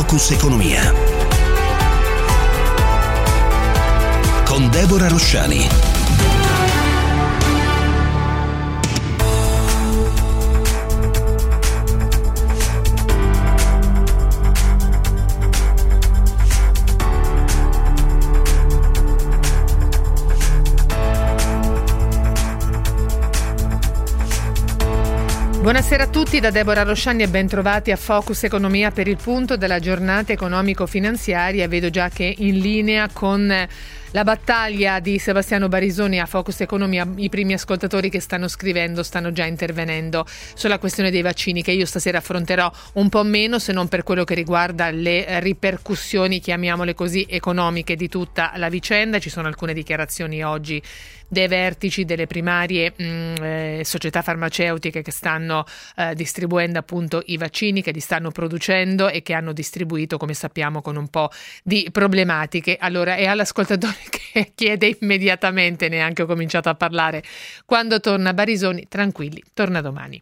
Focus Economia con Deborah Rosciani. Buonasera a tutti da Deborah Rosciani e ben trovati a Focus Economia per il punto della giornata economico-finanziaria. Vedo già che in linea con la battaglia di Sebastiano Barisoni a Focus Economia i primi ascoltatori che stanno scrivendo stanno già intervenendo sulla questione dei vaccini, che io stasera affronterò un po' meno, se non per quello che riguarda le ripercussioni, chiamiamole così, economiche di tutta la vicenda. Ci sono alcune dichiarazioni oggi dei vertici delle primarie società farmaceutiche che stanno distribuendo appunto i vaccini, che li stanno producendo e che hanno distribuito, come sappiamo, con un po' di problematiche. Allora, e all'ascoltatore che chiede immediatamente, neanche ho cominciato a parlare, quando torna Barisoni? Tranquilli, torna domani.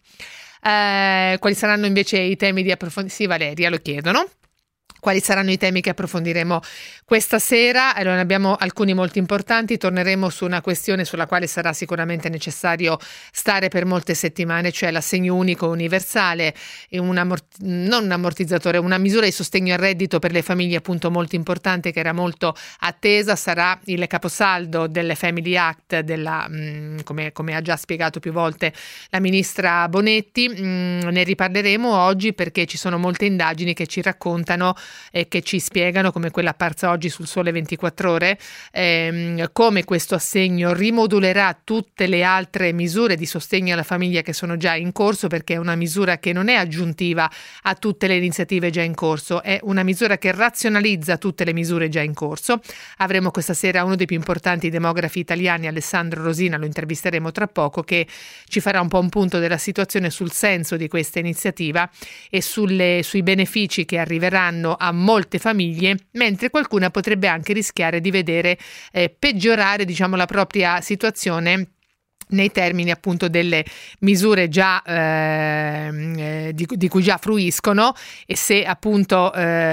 Quali saranno invece i temi di approfondimento? Sì, Valeria, lo chiedono. Quali saranno i temi che approfondiremo questa sera? Allora, ne abbiamo alcuni molto importanti. Torneremo su una questione sulla quale sarà sicuramente necessario stare per molte settimane, cioè l'assegno unico universale, e non un ammortizzatore, una misura di sostegno al reddito per le famiglie appunto molto importante, che era molto attesa. Sarà il caposaldo del Family Act come ha già spiegato più volte la ministra Bonetti. Ne riparleremo oggi perché ci sono molte indagini che ci raccontano e che ci spiegano, come quella apparsa oggi sul Sole 24 Ore, come questo assegno rimodulerà tutte le altre misure di sostegno alla famiglia che sono già in corso, perché è una misura che non è aggiuntiva a tutte le iniziative già in corso, è una misura che razionalizza tutte le misure già in corso. Avremo questa sera uno dei più importanti demografi italiani, Alessandro Rosina, lo intervisteremo tra poco, che ci farà un po' un punto della situazione sul senso di questa iniziativa e sui benefici che arriveranno a molte famiglie, mentre qualcuna potrebbe anche rischiare di vedere peggiorare, diciamo, la propria situazione nei termini appunto delle misure già di cui già fruiscono, e se appunto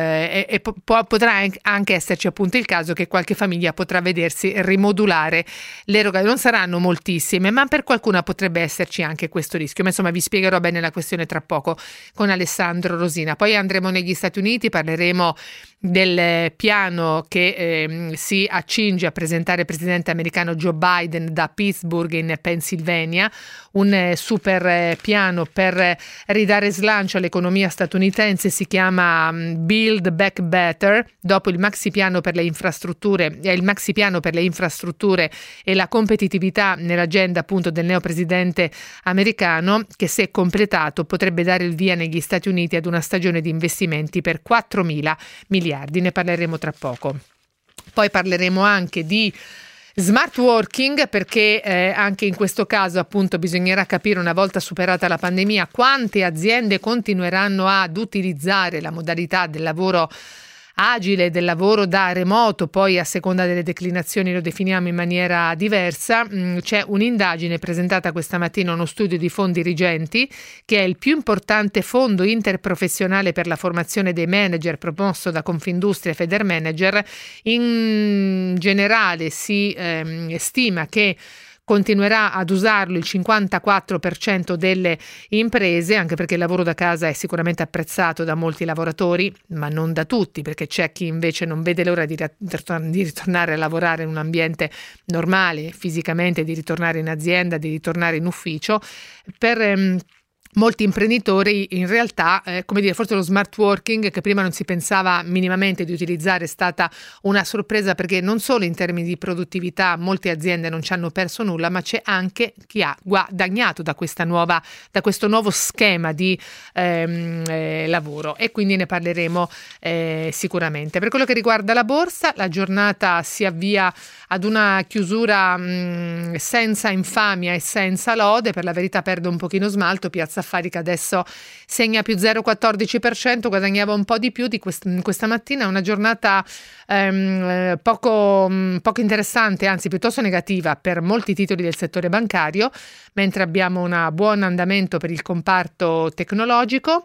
potrà anche esserci appunto il caso che qualche famiglia potrà vedersi rimodulare l'erogazione. Non saranno moltissime, ma per qualcuna potrebbe esserci anche questo rischio. Ma insomma, vi spiegherò bene la questione tra poco con Alessandro Rosina. Poi andremo negli Stati Uniti, parleremo del piano che si accinge a presentare il presidente americano Joe Biden da Pittsburgh in Pennsylvania, un super piano per ridare slancio all'economia statunitense. Si chiama Build Back Better, dopo il maxi piano per le infrastrutture e la competitività nell'agenda appunto del neopresidente americano, che se completato potrebbe dare il via negli Stati Uniti ad una stagione di investimenti per 4.000 miliardi. Ne parleremo tra poco. Poi parleremo anche di smart working, perché anche in questo caso appunto bisognerà capire, una volta superata la pandemia, quante aziende continueranno ad utilizzare la modalità del lavoro agile, del lavoro da remoto. Poi a seconda delle declinazioni lo definiamo in maniera diversa. C'è un'indagine presentata questa mattina, uno studio di Fondirigenti, che è il più importante fondo interprofessionale per la formazione dei manager promosso da Confindustria e Federmanager. In generale si stima che continuerà ad usarlo il 54% delle imprese, anche perché il lavoro da casa è sicuramente apprezzato da molti lavoratori, ma non da tutti, perché c'è chi invece non vede l'ora di ritornare a lavorare in un ambiente normale fisicamente, di ritornare in azienda, di ritornare in ufficio. Per molti imprenditori in realtà, forse lo smart working, che prima non si pensava minimamente di utilizzare, è stata una sorpresa, perché non solo in termini di produttività molte aziende non ci hanno perso nulla, ma c'è anche chi ha guadagnato da questo nuovo schema di lavoro, e quindi ne parleremo sicuramente. Per quello che riguarda la borsa, la giornata si avvia ad una chiusura senza infamia e senza lode. Per la verità perde un pochino smalto Piazza Affari, che adesso segna più 0,14%, guadagnava un po' di più di questa mattina. Una giornata poco interessante, anzi piuttosto negativa per molti titoli del settore bancario, mentre abbiamo un buon andamento per il comparto tecnologico.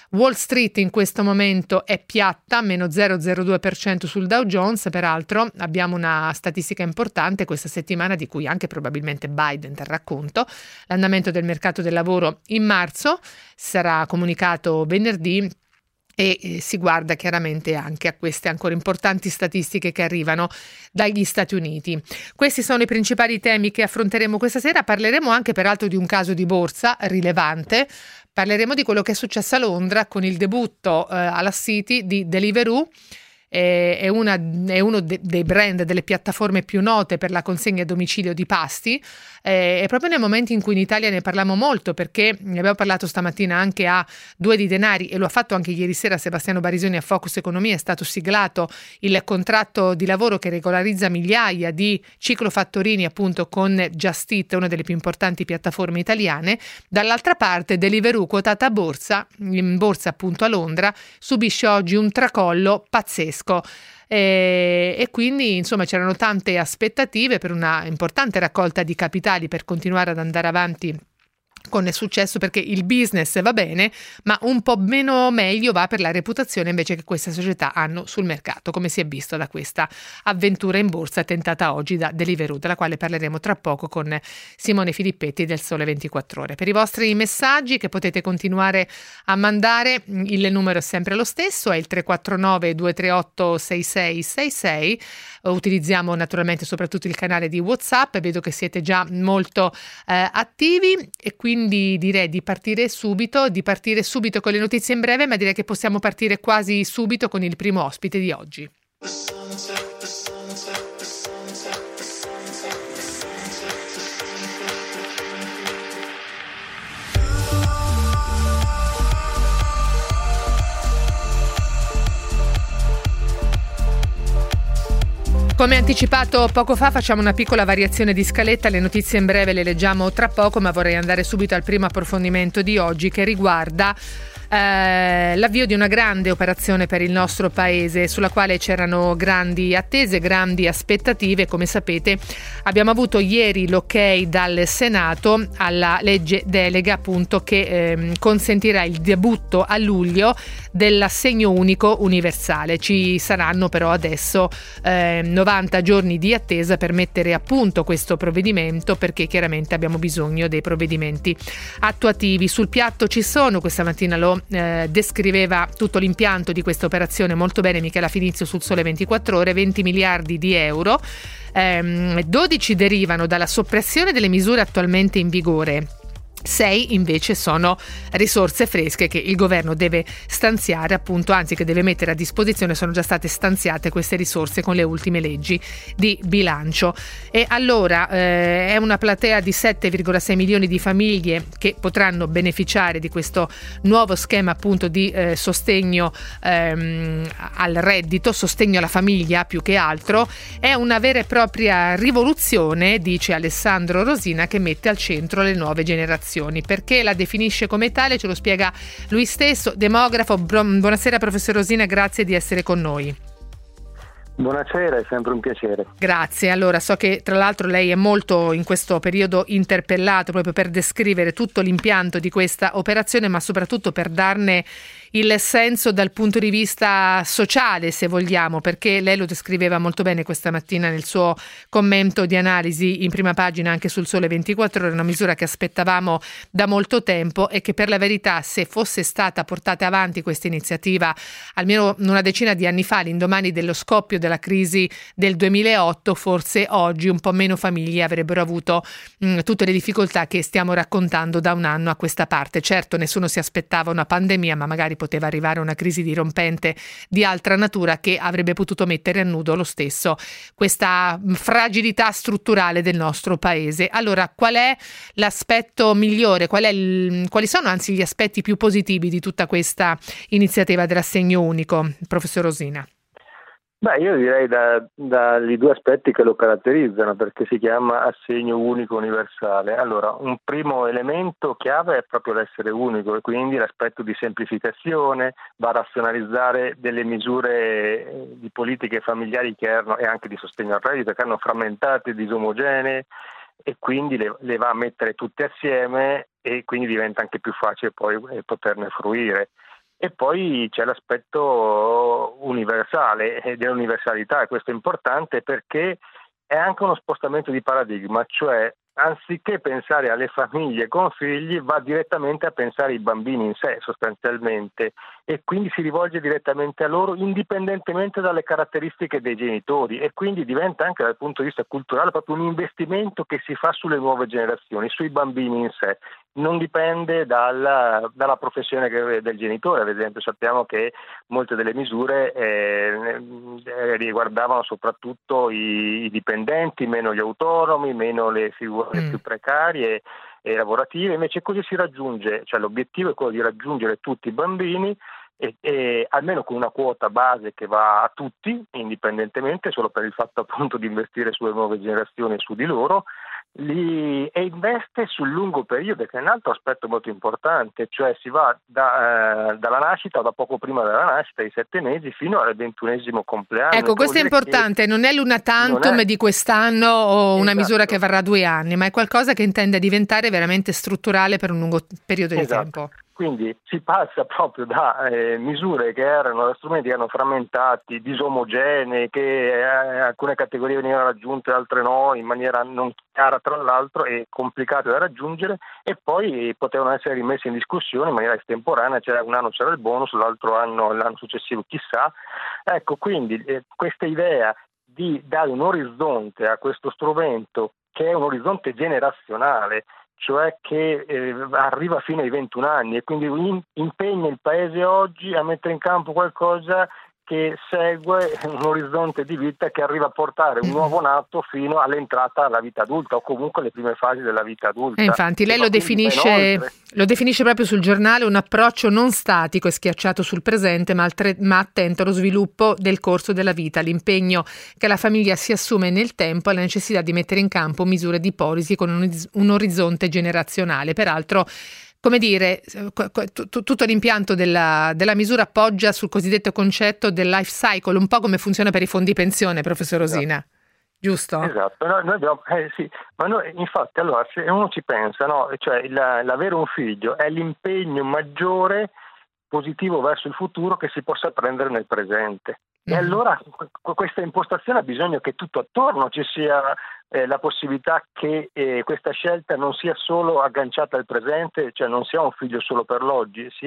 Wall Street in questo momento è piatta, meno 0,02% sul Dow Jones. Peraltro abbiamo una statistica importante questa settimana di cui anche probabilmente Biden terrà conto. L'andamento del mercato del lavoro in marzo sarà comunicato venerdì e si guarda chiaramente anche a queste ancora importanti statistiche che arrivano dagli Stati Uniti. Questi sono i principali temi che affronteremo questa sera. Parleremo anche peraltro di un caso di borsa rilevante. Parleremo di quello che è successo a Londra con il debutto alla City di Deliveroo. È uno dei brand, delle piattaforme più note per la consegna a domicilio di pasti. È proprio nei momenti in cui in Italia ne parliamo molto, perché ne abbiamo parlato stamattina anche a Due di Denari e lo ha fatto anche ieri sera Sebastiano Barisoni a Focus Economia. È stato siglato il contratto di lavoro che regolarizza migliaia di ciclofattorini appunto con Just Eat, una delle più importanti piattaforme italiane. Dall'altra parte Deliveroo, quotata a borsa, in borsa appunto a Londra, subisce oggi un tracollo pazzesco. E quindi insomma c'erano tante aspettative per una importante raccolta di capitali per continuare ad andare avanti con il successo, perché il business va bene, ma un po' meno meglio va per la reputazione invece che queste società hanno sul mercato, come si è visto da questa avventura in borsa tentata oggi da Deliveroo, della quale parleremo tra poco con Simone Filippetti del Sole 24 Ore. Per i vostri messaggi che potete continuare a mandare, il numero è sempre lo stesso, è il 349 238 6666. Utilizziamo naturalmente soprattutto il canale di WhatsApp, vedo che siete già molto attivi e quindi direi di partire subito con le notizie in breve, ma direi che possiamo partire quasi subito con il primo ospite di oggi. Come anticipato poco fa facciamo una piccola variazione di scaletta, le notizie in breve le leggiamo tra poco, ma vorrei andare subito al primo approfondimento di oggi che riguarda l'avvio di una grande operazione per il nostro paese sulla quale c'erano grandi attese, grandi aspettative. Come sapete abbiamo avuto ieri l'ok dal Senato alla legge delega appunto che consentirà il debutto a luglio dell'assegno unico universale. Ci saranno però adesso 90 giorni di attesa per mettere a punto questo provvedimento, perché chiaramente abbiamo bisogno dei provvedimenti attuativi. Sul piatto ci sono, questa mattina lo descriveva tutto l'impianto di questa operazione molto bene Michela Finizio sul Sole 24 Ore, 20 miliardi di euro, 12 derivano dalla soppressione delle misure attualmente in vigore. 6 invece sono risorse fresche che il governo deve stanziare appunto, anzi che deve mettere a disposizione. Sono già state stanziate queste risorse con le ultime leggi di bilancio. E allora è una platea di 7,6 milioni di famiglie che potranno beneficiare di questo nuovo schema appunto di sostegno al reddito, sostegno alla famiglia più che altro. È una vera e propria rivoluzione, dice Alessandro Rosina, che mette al centro le nuove generazioni. Perché la definisce come tale ce lo spiega lui stesso, demografo. Buonasera professor Rosina, grazie di essere con noi. Buonasera, è sempre un piacere. Grazie. Allora, so che tra l'altro lei è molto in questo periodo interpellato proprio per descrivere tutto l'impianto di questa operazione, ma soprattutto per darne il senso dal punto di vista sociale, se vogliamo, perché lei lo descriveva molto bene questa mattina nel suo commento di analisi in prima pagina anche sul Sole 24 Ore, una misura che aspettavamo da molto tempo e che per la verità, se fosse stata portata avanti questa iniziativa almeno una decina di anni fa, all'indomani dello scoppio della crisi del 2008, forse oggi un po' meno famiglie avrebbero avuto tutte le difficoltà che stiamo raccontando da un anno a questa parte. Certo, nessuno si aspettava una pandemia, ma magari poteva arrivare una crisi dirompente di altra natura che avrebbe potuto mettere a nudo lo stesso questa fragilità strutturale del nostro paese. Allora, qual è l'aspetto migliore? Quali sono anzi gli aspetti più positivi di tutta questa iniziativa dell'assegno unico, professor Rosina? Beh, io direi dagli due aspetti che lo caratterizzano, perché si chiama assegno unico universale. Allora, un primo elemento chiave è proprio l'essere unico e quindi l'aspetto di semplificazione, va a razionalizzare delle misure di politiche familiari e anche di sostegno al reddito che hanno frammentate, disomogenee, e quindi le va a mettere tutte assieme e quindi diventa anche più facile poi poterne fruire. E poi c'è l'aspetto universale dell'universalità, e questo è importante perché è anche uno spostamento di paradigma, cioè anziché pensare alle famiglie con figli va direttamente a pensare ai bambini in sé sostanzialmente, e quindi si rivolge direttamente a loro indipendentemente dalle caratteristiche dei genitori, e quindi diventa anche dal punto di vista culturale proprio un investimento che si fa sulle nuove generazioni, sui bambini in sé. Non dipende dalla professione del genitore. Ad esempio sappiamo che molte delle misure riguardavano soprattutto i dipendenti, meno gli autonomi, meno le figure più precarie e lavorative. Invece così si raggiunge, cioè l'obiettivo è quello di raggiungere tutti i bambini, e almeno con una quota base che va a tutti indipendentemente, solo per il fatto appunto di investire sulle nuove generazioni e su di loro, e investe sul lungo periodo, che è un altro aspetto molto importante, cioè si va dalla nascita o da poco prima della nascita, i 7 mesi, fino al 21esimo compleanno. Ecco, questo è importante, non è l'una tantum di quest'anno o una misura che varrà 2 anni, ma è qualcosa che intende diventare veramente strutturale per un lungo periodo di tempo. Quindi si passa proprio da misure che erano strumenti che erano frammentati, disomogenei, che alcune categorie venivano raggiunte, altre no, in maniera non chiara tra l'altro e complicate da raggiungere, e poi potevano essere rimesse in discussione in maniera estemporanea, cioè un anno c'era il bonus, l'altro anno, l'anno successivo chissà. Ecco, quindi questa idea di dare un orizzonte a questo strumento, che è un orizzonte generazionale, cioè che arriva fino ai 21 anni, e quindi impegna il Paese oggi a mettere in campo qualcosa che segue un orizzonte di vita che arriva a portare un nuovo nato fino all'entrata alla vita adulta, o comunque alle prime fasi della vita adulta. E infatti lei lo definisce proprio sul giornale un approccio non statico e schiacciato sul presente, ma attento allo sviluppo del corso della vita, l'impegno che la famiglia si assume nel tempo e la necessità di mettere in campo misure di policy con un orizzonte generazionale. Peraltro, come dire, tutto l'impianto della misura appoggia sul cosiddetto concetto del life cycle, un po' come funziona per i fondi pensione, professor Rosina, giusto? Esatto, noi abbiamo, sì, ma noi infatti allora se uno ci pensa, no, cioè l'avere un figlio è l'impegno maggiore positivo verso il futuro che si possa prendere nel presente. E allora questa impostazione ha bisogno che tutto attorno ci sia la possibilità che questa scelta non sia solo agganciata al presente, cioè non sia un figlio solo per l'oggi, ci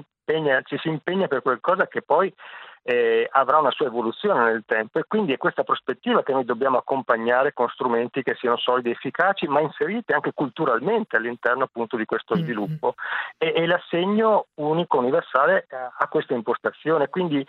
si impegna per qualcosa che poi avrà una sua evoluzione nel tempo, e quindi è questa prospettiva che noi dobbiamo accompagnare con strumenti che siano solidi e efficaci, ma inseriti anche culturalmente all'interno appunto di questo sviluppo, e l'assegno unico universale ha questa impostazione, quindi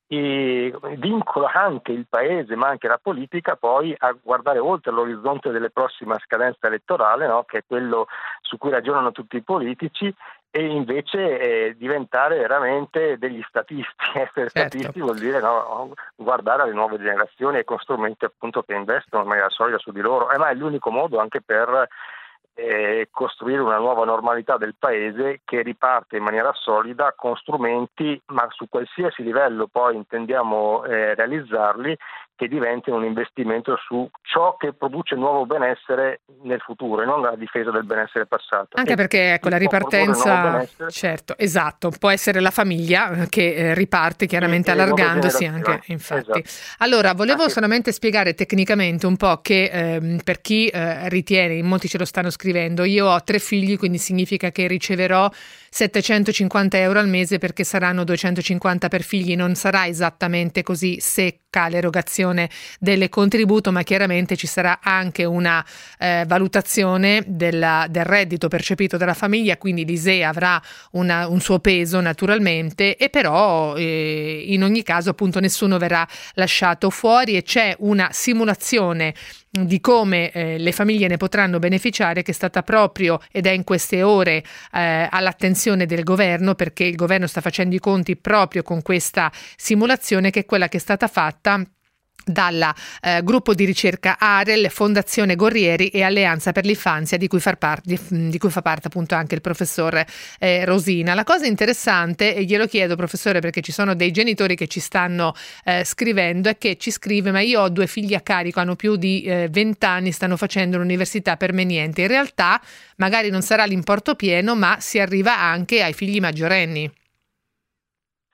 vincola anche il Paese ma anche la politica poi a guardare oltre l'orizzonte delle prossime scadenze elettorali, no? Che è quello su cui ragionano tutti i politici, e invece diventare veramente degli statisti. Essere statisti vuol dire guardare alle nuove generazioni e con strumenti appunto che investono in maniera solida su di loro, ma è l'unico modo anche per costruire una nuova normalità del Paese che riparte in maniera solida con strumenti, ma su qualsiasi livello poi intendiamo realizzarli, che diventino un investimento su ciò che produce nuovo benessere nel futuro e non la difesa del benessere passato. Anche perché la ripartenza, certo, esatto, può essere la famiglia che riparte chiaramente allargandosi anche, infatti. Esatto. Allora, volevo solamente spiegare tecnicamente un po' che per chi ritiene, in molti ce lo stanno scrivendo, io ho 3 figli, quindi significa che riceverò 750 euro al mese perché saranno 250 per figli. Non sarà esattamente così secca l'erogazione del contributo, ma chiaramente ci sarà anche una valutazione del reddito percepito dalla famiglia, quindi l'ISEE avrà un suo peso naturalmente, e però in ogni caso appunto nessuno verrà lasciato fuori, e c'è una simulazione di come le famiglie ne potranno beneficiare che è stata proprio ed è in queste ore all'attenzione del governo, perché il governo sta facendo i conti proprio con questa simulazione, che è quella che è stata fatta dal gruppo di ricerca AREL, Fondazione Gorrieri e Alleanza per l'Infanzia di cui fa parte appunto anche il professor Rosina. La cosa interessante, e glielo chiedo professore perché ci sono dei genitori che ci stanno scrivendo, è che ci scrive: ma io ho 2 figli a carico, hanno più di 20 anni, stanno facendo l'università, per me niente. In realtà magari non sarà l'importo pieno, ma si arriva anche ai figli maggiorenni.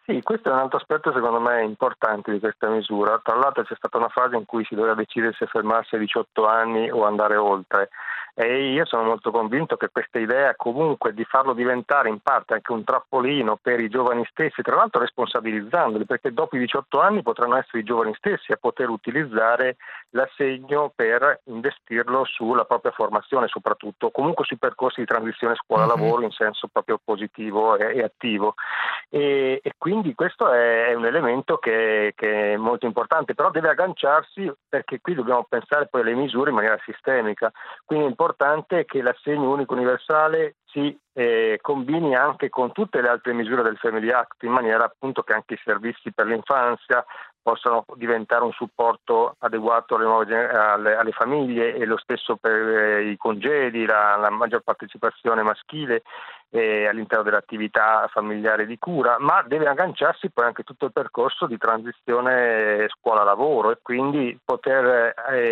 Sì, questo è un altro aspetto secondo me importante di questa misura. Tra l'altro c'è stata una fase in cui si doveva decidere se fermarsi a 18 anni o andare oltre. E io sono molto convinto che questa idea comunque di farlo diventare in parte anche un trappolino per i giovani stessi, tra l'altro responsabilizzandoli, perché dopo i 18 anni potranno essere i giovani stessi a poter utilizzare l'assegno per investirlo sulla propria formazione, soprattutto comunque sui percorsi di transizione scuola-lavoro in senso proprio positivo e attivo. E quindi questo è un elemento che è molto importante, però deve agganciarsi, perché qui dobbiamo pensare poi alle misure in maniera sistemica. Quindi è importante che l'assegno unico universale si combini anche con tutte le altre misure del Family Act, in maniera appunto che anche i servizi per l'infanzia possano diventare un supporto adeguato alle famiglie, e lo stesso per i congedi, la maggior partecipazione maschile all'interno dell'attività familiare di cura, ma deve agganciarsi poi anche tutto il percorso di transizione scuola-lavoro, e quindi poter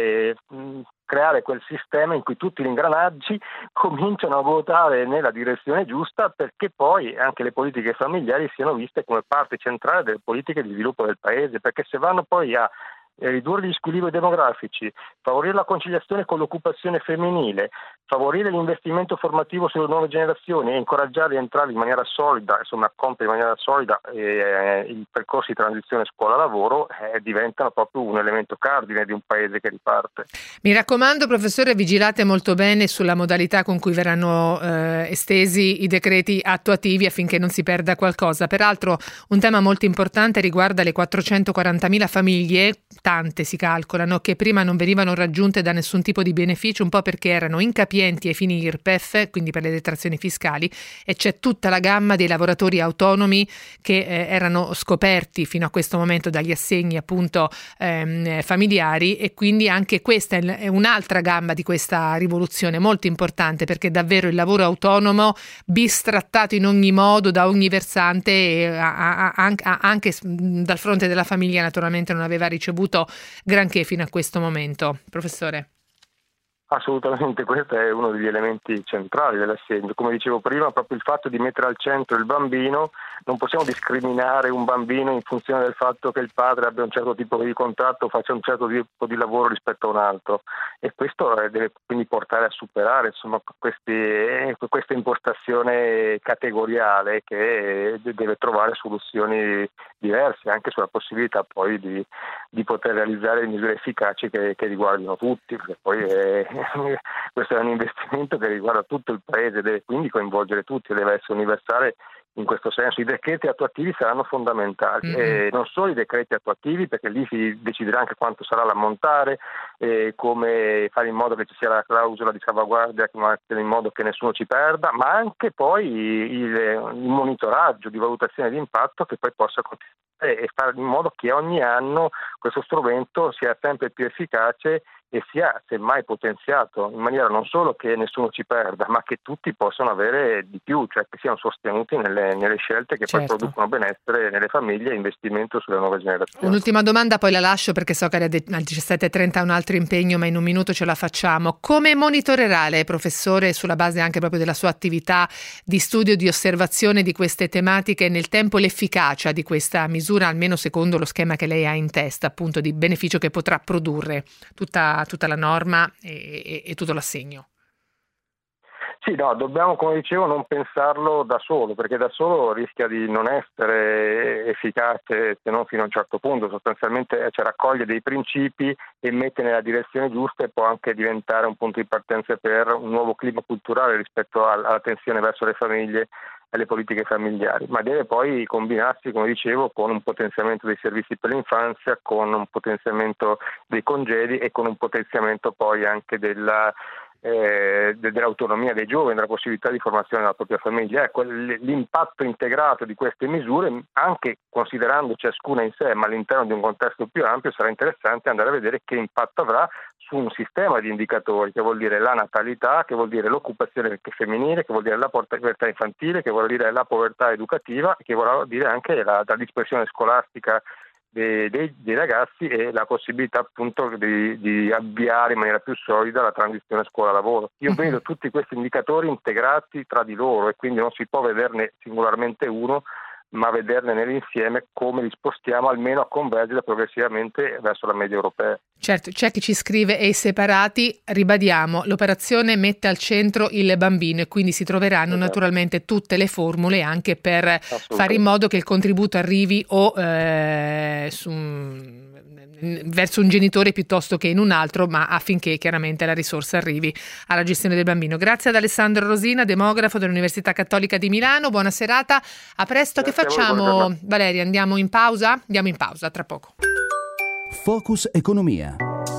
creare quel sistema in cui tutti gli ingranaggi cominciano a ruotare nella direzione giusta, perché poi anche le politiche familiari siano viste come parte centrale delle politiche di sviluppo del Paese, perché se vanno poi a ridurre gli squilibri demografici, favorire la conciliazione con l'occupazione femminile, favorire l'investimento formativo sulle nuove generazioni e incoraggiarli a entrare in maniera solida, insomma a compiere in maniera solida i percorsi di transizione scuola-lavoro, diventano proprio un elemento cardine di un paese che riparte. Mi raccomando, professore, vigilate molto bene sulla modalità con cui verranno estesi i decreti attuativi affinché non si perda qualcosa. Peraltro un tema molto importante riguarda le 440.000 famiglie, tante si calcolano, che prima non venivano raggiunte da nessun tipo di beneficio, un po' perché erano incapienti ai fini IRPEF, quindi per le detrazioni fiscali, e c'è tutta la gamma dei lavoratori autonomi che erano scoperti fino a questo momento dagli assegni appunto familiari, e quindi anche questa è un'altra gamba di questa rivoluzione molto importante, perché davvero il lavoro autonomo bistrattato in ogni modo, da ogni versante, e anche dal fronte della famiglia naturalmente non aveva ricevuto granché fino a questo momento. Professore. Assolutamente, questo è uno degli elementi centrali dell'assegno. Come dicevo prima, proprio il fatto di mettere al centro il bambino. Non possiamo discriminare un bambino in funzione del fatto che il padre abbia un certo tipo di contratto, faccia un certo tipo di lavoro rispetto a un altro, e questo deve quindi portare a superare insomma questa impostazione categoriale, che deve trovare soluzioni diverse anche sulla possibilità poi di poter realizzare misure efficaci che riguardino tutti, perché poi questo è un investimento che riguarda tutto il Paese, deve quindi coinvolgere tutti, deve essere universale in questo senso. I decreti attuativi saranno fondamentali, e non solo i decreti attuativi, perché lì si deciderà anche quanto sarà l'ammontare, come fare in modo che ci sia la clausola di salvaguardia, in modo che nessuno ci perda, ma anche poi il monitoraggio di valutazione di impatto, che poi possa continuare e fare in modo che ogni anno questo strumento sia sempre più efficace e sia semmai potenziato, in maniera non solo che nessuno ci perda, ma che tutti possano avere di più, cioè che siano sostenuti nelle scelte che poi producono benessere nelle famiglie e investimento sulle nuove generazioni. Un'ultima domanda, poi la lascio perché so che alle 17:30 ha un altro impegno, ma in un minuto ce la facciamo. Come monitorerà lei, professore, sulla base anche proprio della sua attività di studio, di osservazione di queste tematiche, nel tempo l'efficacia di questa misura, almeno secondo lo schema che lei ha in testa, appunto di beneficio che potrà produrre tutta la norma e tutto l'assegno? Sì, no, dobbiamo, come dicevo, non pensarlo da solo, perché da solo rischia di non essere efficace se non fino a un certo punto. Sostanzialmente raccoglie dei principi e mette nella direzione giusta, e può anche diventare un punto di partenza per un nuovo clima culturale rispetto all'attenzione verso le famiglie e le politiche familiari, ma deve poi combinarsi, come dicevo, con un potenziamento dei servizi per l'infanzia, con un potenziamento dei congedi e con un potenziamento poi anche dell'autonomia dei giovani, della possibilità di formazione della propria famiglia. Ecco, l'impatto integrato di queste misure, anche considerando ciascuna in sé, ma all'interno di un contesto più ampio, sarà interessante andare a vedere che impatto avrà su un sistema di indicatori, che vuol dire la natalità, che vuol dire l'occupazione femminile, che vuol dire la povertà infantile, che vuol dire la povertà educativa, che vuol dire anche la dispersione scolastica dei ragazzi, e la possibilità appunto di avviare in maniera più solida la transizione scuola-lavoro. Io vedo tutti questi indicatori integrati tra di loro, e quindi non si può vederne singolarmente uno, ma vederle nell'insieme come li spostiamo almeno a convergere progressivamente verso la media europea. Certo, c'è chi ci scrive e i separati, ribadiamo, l'operazione mette al centro il bambino e quindi si troveranno naturalmente tutte le formule anche per fare in modo che il contributo arrivi o verso un genitore piuttosto che in un altro, ma affinché chiaramente la risorsa arrivi alla gestione del bambino. Grazie ad Alessandro Rosina, demografo dell'Università Cattolica di Milano, buona serata, a presto. Grazie. Che facciamo, Valeria? Andiamo in pausa? Andiamo in pausa, tra poco. Focus Economia.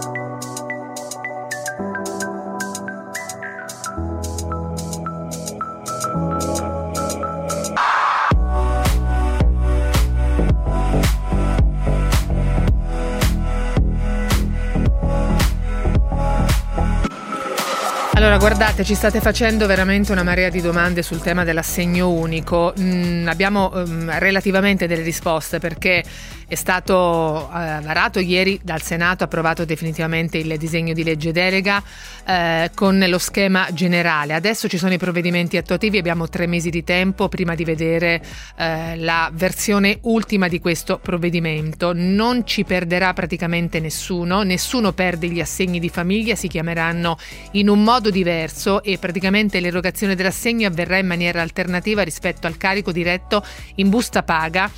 Allora, guardate, ci state facendo veramente una marea di domande sul tema dell'assegno unico. Abbiamo relativamente delle risposte perché è stato varato ieri dal Senato, approvato definitivamente il disegno di legge delega con lo schema generale. Adesso ci sono i provvedimenti attuativi, abbiamo 3 mesi di tempo prima di vedere la versione ultima di questo provvedimento. Non ci perderà praticamente nessuno perde gli assegni di famiglia, si chiameranno in un modo diverso e praticamente l'erogazione dell'assegno avverrà in maniera alternativa rispetto al carico diretto in busta paga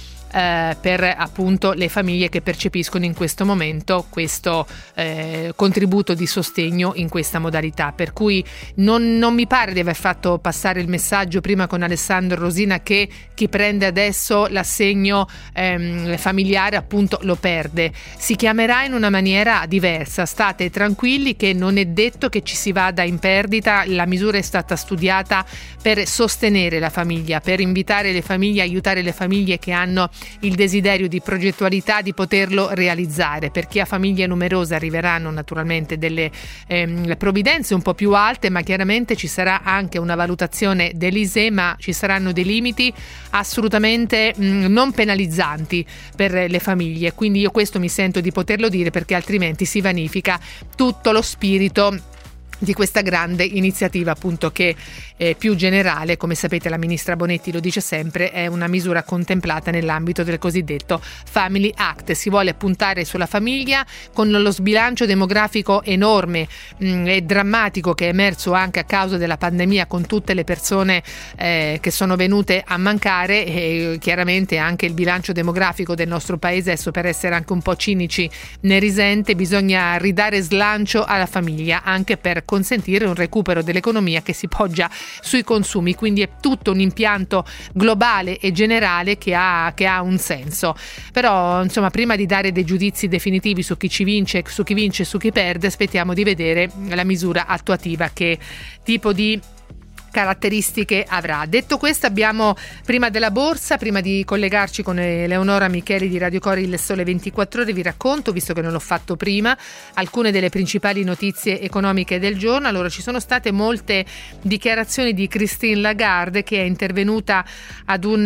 per appunto le famiglie che percepiscono in questo momento questo contributo di sostegno in questa modalità, per cui non mi pare di aver fatto passare il messaggio prima con Alessandro Rosina che chi prende adesso l'assegno familiare appunto lo perde. Si chiamerà in una maniera diversa, state tranquilli che non è detto che ci si vada in perdita, la misura è stata studiata per sostenere la famiglia, per invitare le famiglie, aiutare le famiglie che hanno il desiderio di progettualità di poterlo realizzare. Per chi ha famiglie numerose arriveranno naturalmente delle provvidenze un po' più alte, ma chiaramente ci sarà anche una valutazione dell'ISEE, ma ci saranno dei limiti assolutamente non penalizzanti per le famiglie, quindi io questo mi sento di poterlo dire perché altrimenti si vanifica tutto lo spirito di questa grande iniziativa appunto che più generale, come sapete la ministra Bonetti lo dice sempre, è una misura contemplata nell'ambito del cosiddetto Family Act. Si vuole puntare sulla famiglia con lo sbilancio demografico enorme e drammatico che è emerso anche a causa della pandemia, con tutte le persone che sono venute a mancare, e chiaramente anche il bilancio demografico del nostro paese, adesso per essere anche un po' cinici, ne risente. Bisogna ridare slancio alla famiglia anche per consentire un recupero dell'economia che si poggia sui consumi, quindi è tutto un impianto globale e generale che ha un senso. Però insomma, prima di dare dei giudizi definitivi su chi ci vince, su chi vince e su chi perde, aspettiamo di vedere la misura attuativa che tipo di caratteristiche avrà. Detto questo, abbiamo prima della borsa, prima di collegarci con Eleonora Micheli di Radio Cori Il Sole 24 Ore, vi racconto, visto che non l'ho fatto prima, alcune delle principali notizie economiche del giorno. Allora, ci sono state molte dichiarazioni di Christine Lagarde, che è intervenuta ad un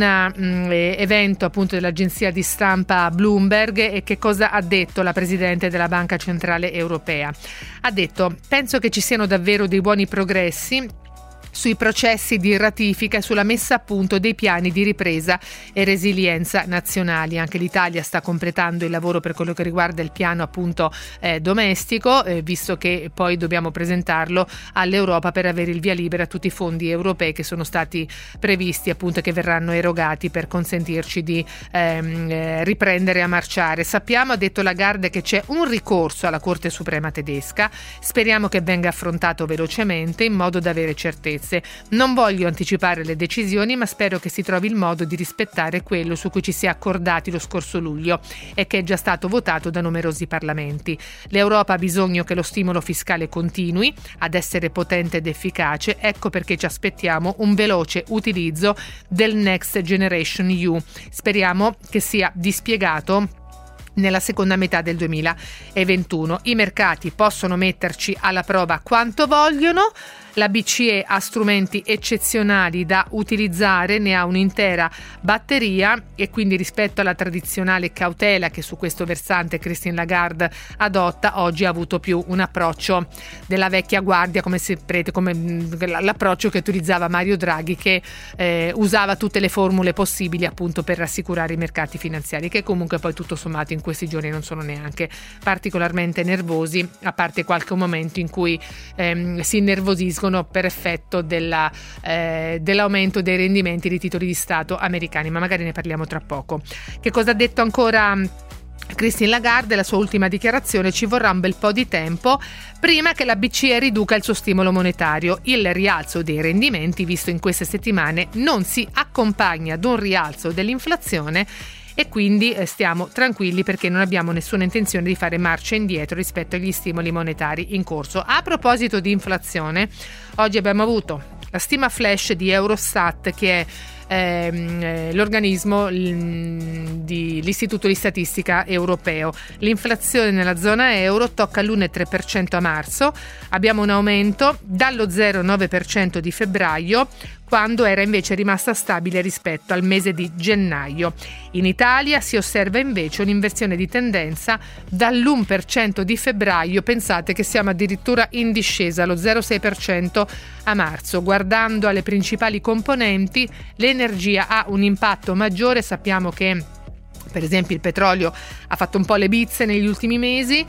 evento appunto dell'agenzia di stampa Bloomberg. E che cosa ha detto la Presidente della Banca Centrale Europea? Ha detto: penso che ci siano davvero dei buoni progressi sui processi di ratifica e sulla messa a punto dei piani di ripresa e resilienza nazionali. Anche l'Italia sta completando il lavoro per quello che riguarda il piano appunto domestico, visto che poi dobbiamo presentarlo all'Europa per avere il via libera a tutti i fondi europei che sono stati previsti appunto e che verranno erogati per consentirci di riprendere a marciare. Sappiamo, ha detto Lagarde, che c'è un ricorso alla Corte Suprema tedesca, speriamo che venga affrontato velocemente in modo da avere certezza. Non voglio anticipare le decisioni, ma spero che si trovi il modo di rispettare quello su cui ci si è accordati lo scorso luglio e che è già stato votato da numerosi parlamenti. L'Europa ha bisogno che lo stimolo fiscale continui ad essere potente ed efficace, ecco perché ci aspettiamo un veloce utilizzo del Next Generation EU. Speriamo che sia dispiegato nella seconda metà del 2021. I mercati possono metterci alla prova quanto vogliono. La BCE ha strumenti eccezionali da utilizzare, ne ha un'intera batteria, e quindi rispetto alla tradizionale cautela che su questo versante Christine Lagarde adotta, oggi ha avuto più un approccio della vecchia guardia, come l'approccio che utilizzava Mario Draghi, che usava tutte le formule possibili appunto per rassicurare i mercati finanziari, che comunque poi tutto sommato in questi giorni non sono neanche particolarmente nervosi, a parte qualche momento in cui si innervosiscono per effetto dell'aumento dei rendimenti di titoli di Stato americani, ma magari ne parliamo tra poco. Che cosa ha detto ancora Christine Lagarde? La sua ultima dichiarazione: ci vorrà un bel po' di tempo prima che la BCE riduca il suo stimolo monetario. Il rialzo dei rendimenti visto in queste settimane non si accompagna ad un rialzo dell'inflazione e quindi stiamo tranquilli perché non abbiamo nessuna intenzione di fare marcia indietro rispetto agli stimoli monetari in corso. A proposito di inflazione, oggi abbiamo avuto la stima flash di Eurostat, che è l'organismo dell'Istituto di Statistica Europeo. L'inflazione nella zona euro tocca l'1,3% a marzo, abbiamo un aumento dallo 0,9% di febbraio, quando era invece rimasta stabile rispetto al mese di gennaio. In Italia si osserva invece un'inversione di tendenza dall'1% di febbraio, pensate che siamo addirittura in discesa, allo 0,6% a marzo. Guardando alle principali componenti, l'energia ha un impatto maggiore, sappiamo che per esempio il petrolio ha fatto un po' le bizze negli ultimi mesi,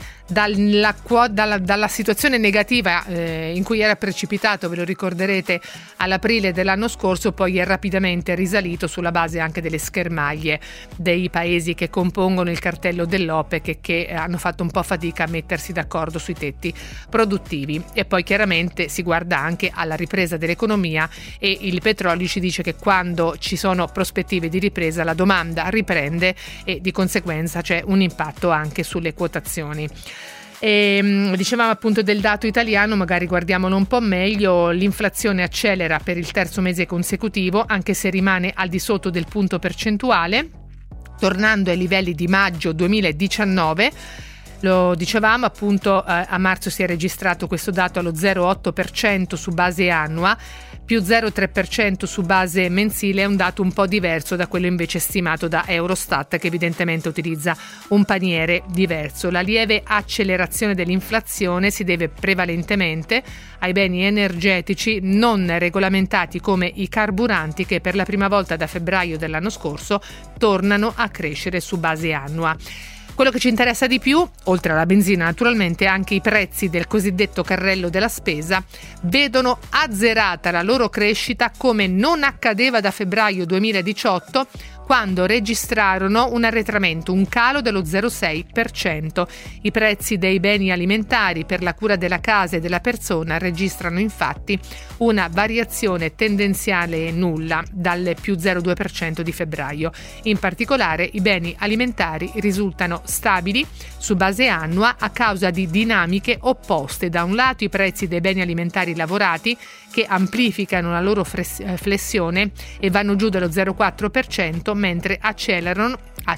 dalla situazione negativa in cui era precipitato, ve lo ricorderete, all'aprile dell'anno scorso, poi è rapidamente risalito sulla base anche delle schermaglie dei paesi che compongono il cartello dell'OPEC e che hanno fatto un po' fatica a mettersi d'accordo sui tetti produttivi. E poi chiaramente si guarda anche alla ripresa dell'economia e il petrolio ci dice che quando ci sono prospettive di ripresa la domanda riprende e di conseguenza c'è un impatto anche sulle quotazioni. Dicevamo appunto del dato italiano, magari guardiamolo un po' meglio. L'inflazione accelera per il terzo mese consecutivo, anche se rimane al di sotto del punto percentuale, tornando ai livelli di maggio 2019. Lo dicevamo appunto, a marzo si è registrato questo dato allo 0,8% su base annua, più 0,3% su base mensile. È un dato un po' diverso da quello invece stimato da Eurostat, che evidentemente utilizza un paniere diverso. La lieve accelerazione dell'inflazione si deve prevalentemente ai beni energetici non regolamentati come i carburanti, che per la prima volta da febbraio dell'anno scorso tornano a crescere su base annua. Quello che ci interessa di più, oltre alla benzina naturalmente, anche i prezzi del cosiddetto carrello della spesa vedono azzerata la loro crescita, come non accadeva da febbraio 2018, quando registrarono un arretramento, un calo dello 0,6%. I prezzi dei beni alimentari per la cura della casa e della persona registrano infatti una variazione tendenziale nulla dal più 0,2% di febbraio. In particolare i beni alimentari risultano stabili su base annua a causa di dinamiche opposte. Da un lato i prezzi dei beni alimentari lavorati, che amplificano la loro flessione e vanno giù dello 0,4%, mentre accelerano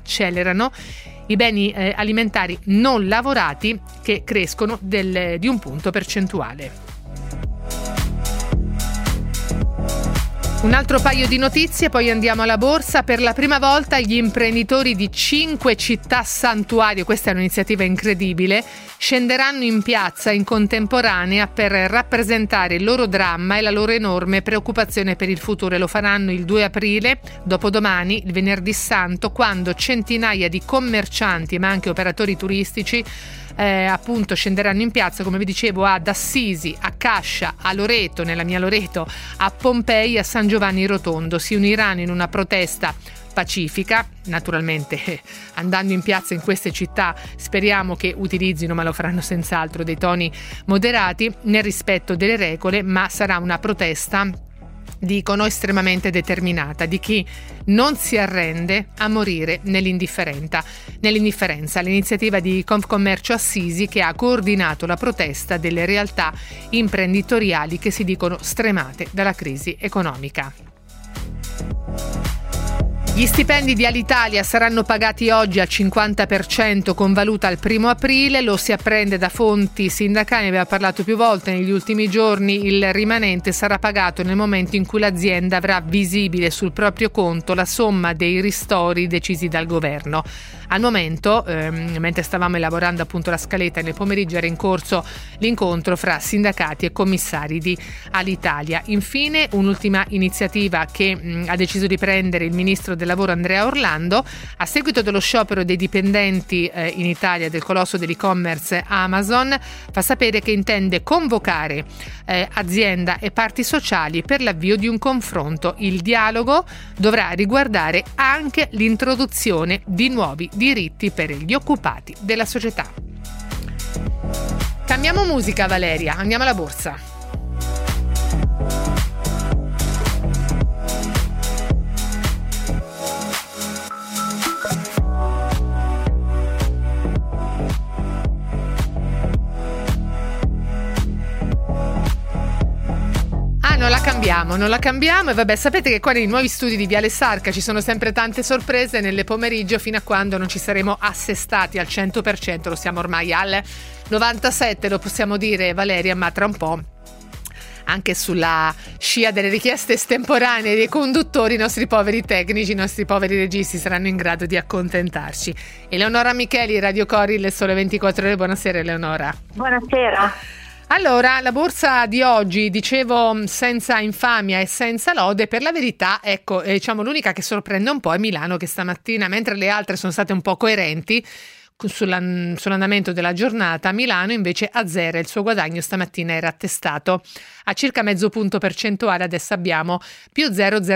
i beni alimentari non lavorati, che crescono di un punto percentuale. Un altro paio di notizie, poi andiamo alla borsa. Per la prima volta gli imprenditori di 5 città santuario, questa è un'iniziativa incredibile, scenderanno in piazza in contemporanea per rappresentare il loro dramma e la loro enorme preoccupazione per il futuro. E lo faranno il 2 aprile, dopodomani, il venerdì santo, quando centinaia di commercianti ma anche operatori turistici appunto scenderanno in piazza, come vi dicevo, ad Assisi, a Cascia, a Loreto, nella mia Loreto, a Pompei, a San Giovanni Rotondo. Si uniranno in una protesta pacifica, naturalmente andando in piazza in queste città speriamo che utilizzino, ma lo faranno senz'altro, dei toni moderati nel rispetto delle regole, ma sarà una protesta, dicono, estremamente determinata, di chi non si arrende a morire nell'indifferenza. L'iniziativa di Confcommercio Assisi, che ha coordinato la protesta delle realtà imprenditoriali che si dicono stremate dalla crisi economica. Gli stipendi di Alitalia saranno pagati oggi al 50% con valuta al 1° aprile, lo si apprende da fonti sindacali, ne aveva parlato più volte negli ultimi giorni. Il rimanente sarà pagato nel momento in cui l'azienda avrà visibile sul proprio conto la somma dei ristori decisi dal governo. Al momento, mentre stavamo elaborando appunto la scaletta nel pomeriggio, era in corso l'incontro fra sindacati e commissari di Alitalia. Infine, un'ultima iniziativa che ha deciso di prendere il ministro del lavoro Andrea Orlando a seguito dello sciopero dei dipendenti in Italia del colosso dell'e-commerce Amazon. Fa sapere che intende convocare azienda e parti sociali per l'avvio di un confronto. Il dialogo dovrà riguardare anche l'introduzione di nuovi diritti per gli occupati della società. Cambiamo musica, Valeria, andiamo alla borsa. Non la cambiamo e vabbè, sapete che qua nei nuovi studi di Viale Sarca ci sono sempre tante sorprese nelle pomeriggio fino a quando non ci saremo assestati al 100%, lo siamo ormai al 97%, lo possiamo dire, Valeria, ma tra un po', anche sulla scia delle richieste estemporanee dei conduttori, i nostri poveri tecnici, i nostri poveri registi saranno in grado di accontentarci. Eleonora Micheli, Radio Cori, Le Sole 24 Ore. Buonasera Eleonora. Buonasera. Allora, la borsa di oggi, dicevo, senza infamia e senza lode, per la verità, ecco, diciamo l'unica che sorprende un po' è Milano, che stamattina, mentre le altre sono state un po' coerenti sull'andamento della giornata, Milano invece azzera, il suo guadagno stamattina era attestato a circa mezzo punto percentuale, adesso abbiamo più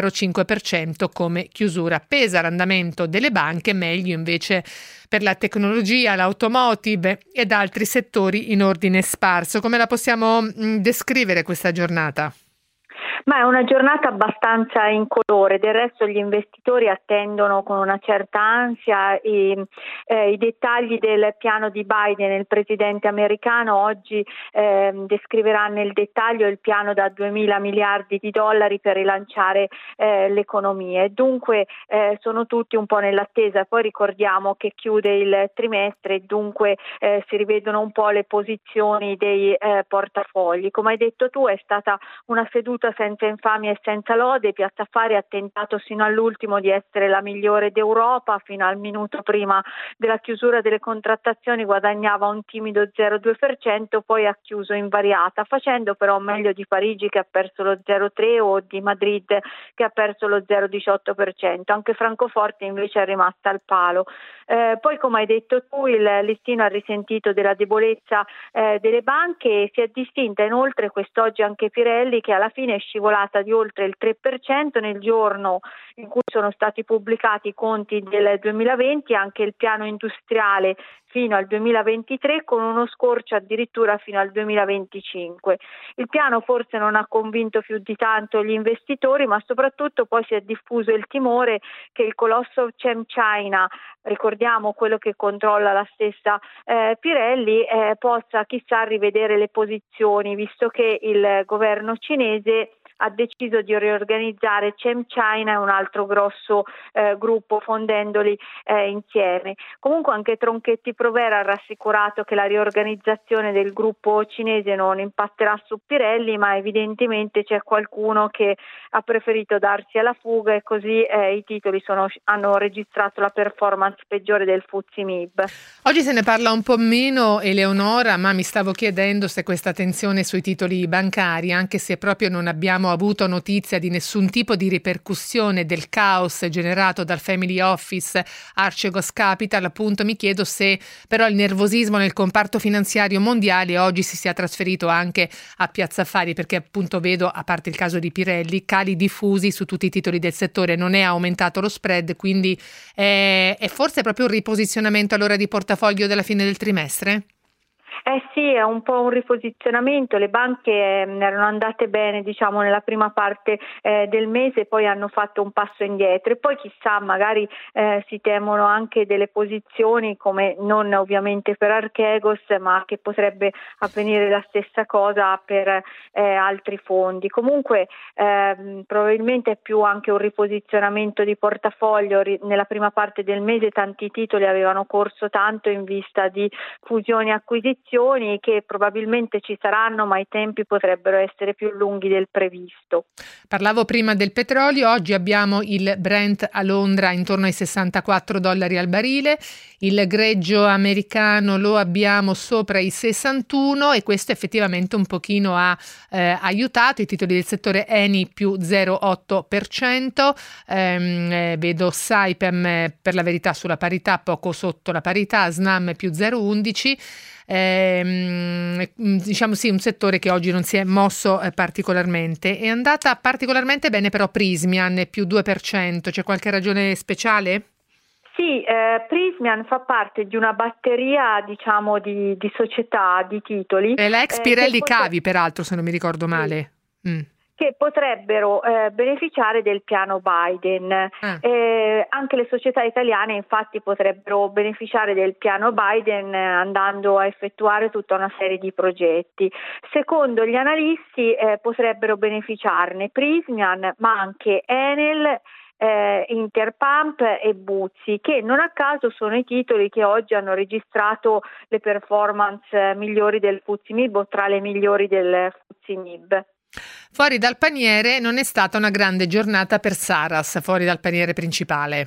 0,05% come chiusura. Pesa l'andamento delle banche, meglio invece per la tecnologia, l'automotive ed altri settori in ordine sparso. Come la possiamo descrivere questa giornata? Ma è una giornata abbastanza incolore, del resto gli investitori attendono con una certa ansia i dettagli del piano di Biden, il presidente americano. Oggi descriverà nel dettaglio il piano da $2.000 miliardi per rilanciare l'economia, e dunque sono tutti un po' nell'attesa. Poi ricordiamo che chiude il trimestre e dunque si rivedono un po' le posizioni dei portafogli. Come hai detto tu, è stata una seduta senza infamia e senza lode. Piazza Affari ha tentato sino all'ultimo di essere la migliore d'Europa, fino al minuto prima della chiusura delle contrattazioni guadagnava un timido 0,2%, poi ha chiuso invariata, facendo però meglio di Parigi che ha perso lo 0,3% o di Madrid che ha perso lo 0,18%. Anche Francoforte invece è rimasta al palo. Poi, come hai detto tu, il listino ha risentito della debolezza delle banche e si è distinta inoltre quest'oggi anche Pirelli, che alla fine è scivolata di oltre il 3% nel giorno in cui sono stati pubblicati i conti del 2020, anche il piano industriale fino al 2023, con uno scorcio addirittura fino al 2025. Il piano forse non ha convinto più di tanto gli investitori, ma soprattutto poi si è diffuso il timore che il colosso ChemChina, ricordiamo quello che controlla la stessa Pirelli, possa chissà rivedere le posizioni, visto che il governo cinese ha deciso di riorganizzare ChemChina e un altro grosso gruppo, fondendoli insieme. Comunque anche Tronchetti Provera ha rassicurato che la riorganizzazione del gruppo cinese non impatterà su Pirelli, ma evidentemente c'è qualcuno che ha preferito darsi alla fuga e così i titoli hanno registrato la performance peggiore del FTSE MIB. Oggi se ne parla un po' meno, Eleonora, ma mi stavo chiedendo se questa tensione sui titoli bancari, anche se proprio non abbiamo avuto notizia di nessun tipo di ripercussione del caos generato dal family office Archegos Capital, appunto mi chiedo se però il nervosismo nel comparto finanziario mondiale oggi si sia trasferito anche a Piazza Affari, perché appunto vedo, a parte il caso di Pirelli, cali diffusi su tutti i titoli del settore, non è aumentato lo spread, quindi è forse proprio un riposizionamento all'ora di portafoglio della fine del trimestre? Sì, è un po' un riposizionamento. Le banche erano andate bene, diciamo, nella prima parte del mese, poi hanno fatto un passo indietro e poi chissà, magari si temono anche delle posizioni, come non ovviamente per Archegos, ma che potrebbe avvenire la stessa cosa per altri fondi. Comunque probabilmente è più anche un riposizionamento di portafoglio. Nella prima parte del mese tanti titoli avevano corso tanto in vista di fusioni e acquisizioni che probabilmente ci saranno, ma i tempi potrebbero essere più lunghi del previsto. Parlavo prima del petrolio, oggi abbiamo il Brent a Londra intorno ai $64 al barile, il greggio americano lo abbiamo sopra i 61 e questo effettivamente un pochino ha aiutato i titoli del settore. Eni più 0,8%, vedo Saipem per la verità sulla parità, poco sotto la parità, Snam più 0,11%. Diciamo sì, un settore che oggi non si è mosso particolarmente. È andata particolarmente bene però Prysmian più 2%, c'è qualche ragione speciale? Sì, Prysmian fa parte di una batteria, diciamo, di società, di titoli. È la ex Pirelli Cavi, peraltro, se non mi ricordo male. Che potrebbero beneficiare del piano Biden. Anche le società italiane infatti potrebbero beneficiare del piano Biden andando a effettuare tutta una serie di progetti. Secondo gli analisti potrebbero beneficiarne Prysmian, ma anche Enel, Interpump e Buzzi, che non a caso sono i titoli che oggi hanno registrato le performance migliori del FTSE MIB o tra le migliori del FTSE MIB. Fuori dal paniere non è stata una grande giornata per Saras, fuori dal paniere principale.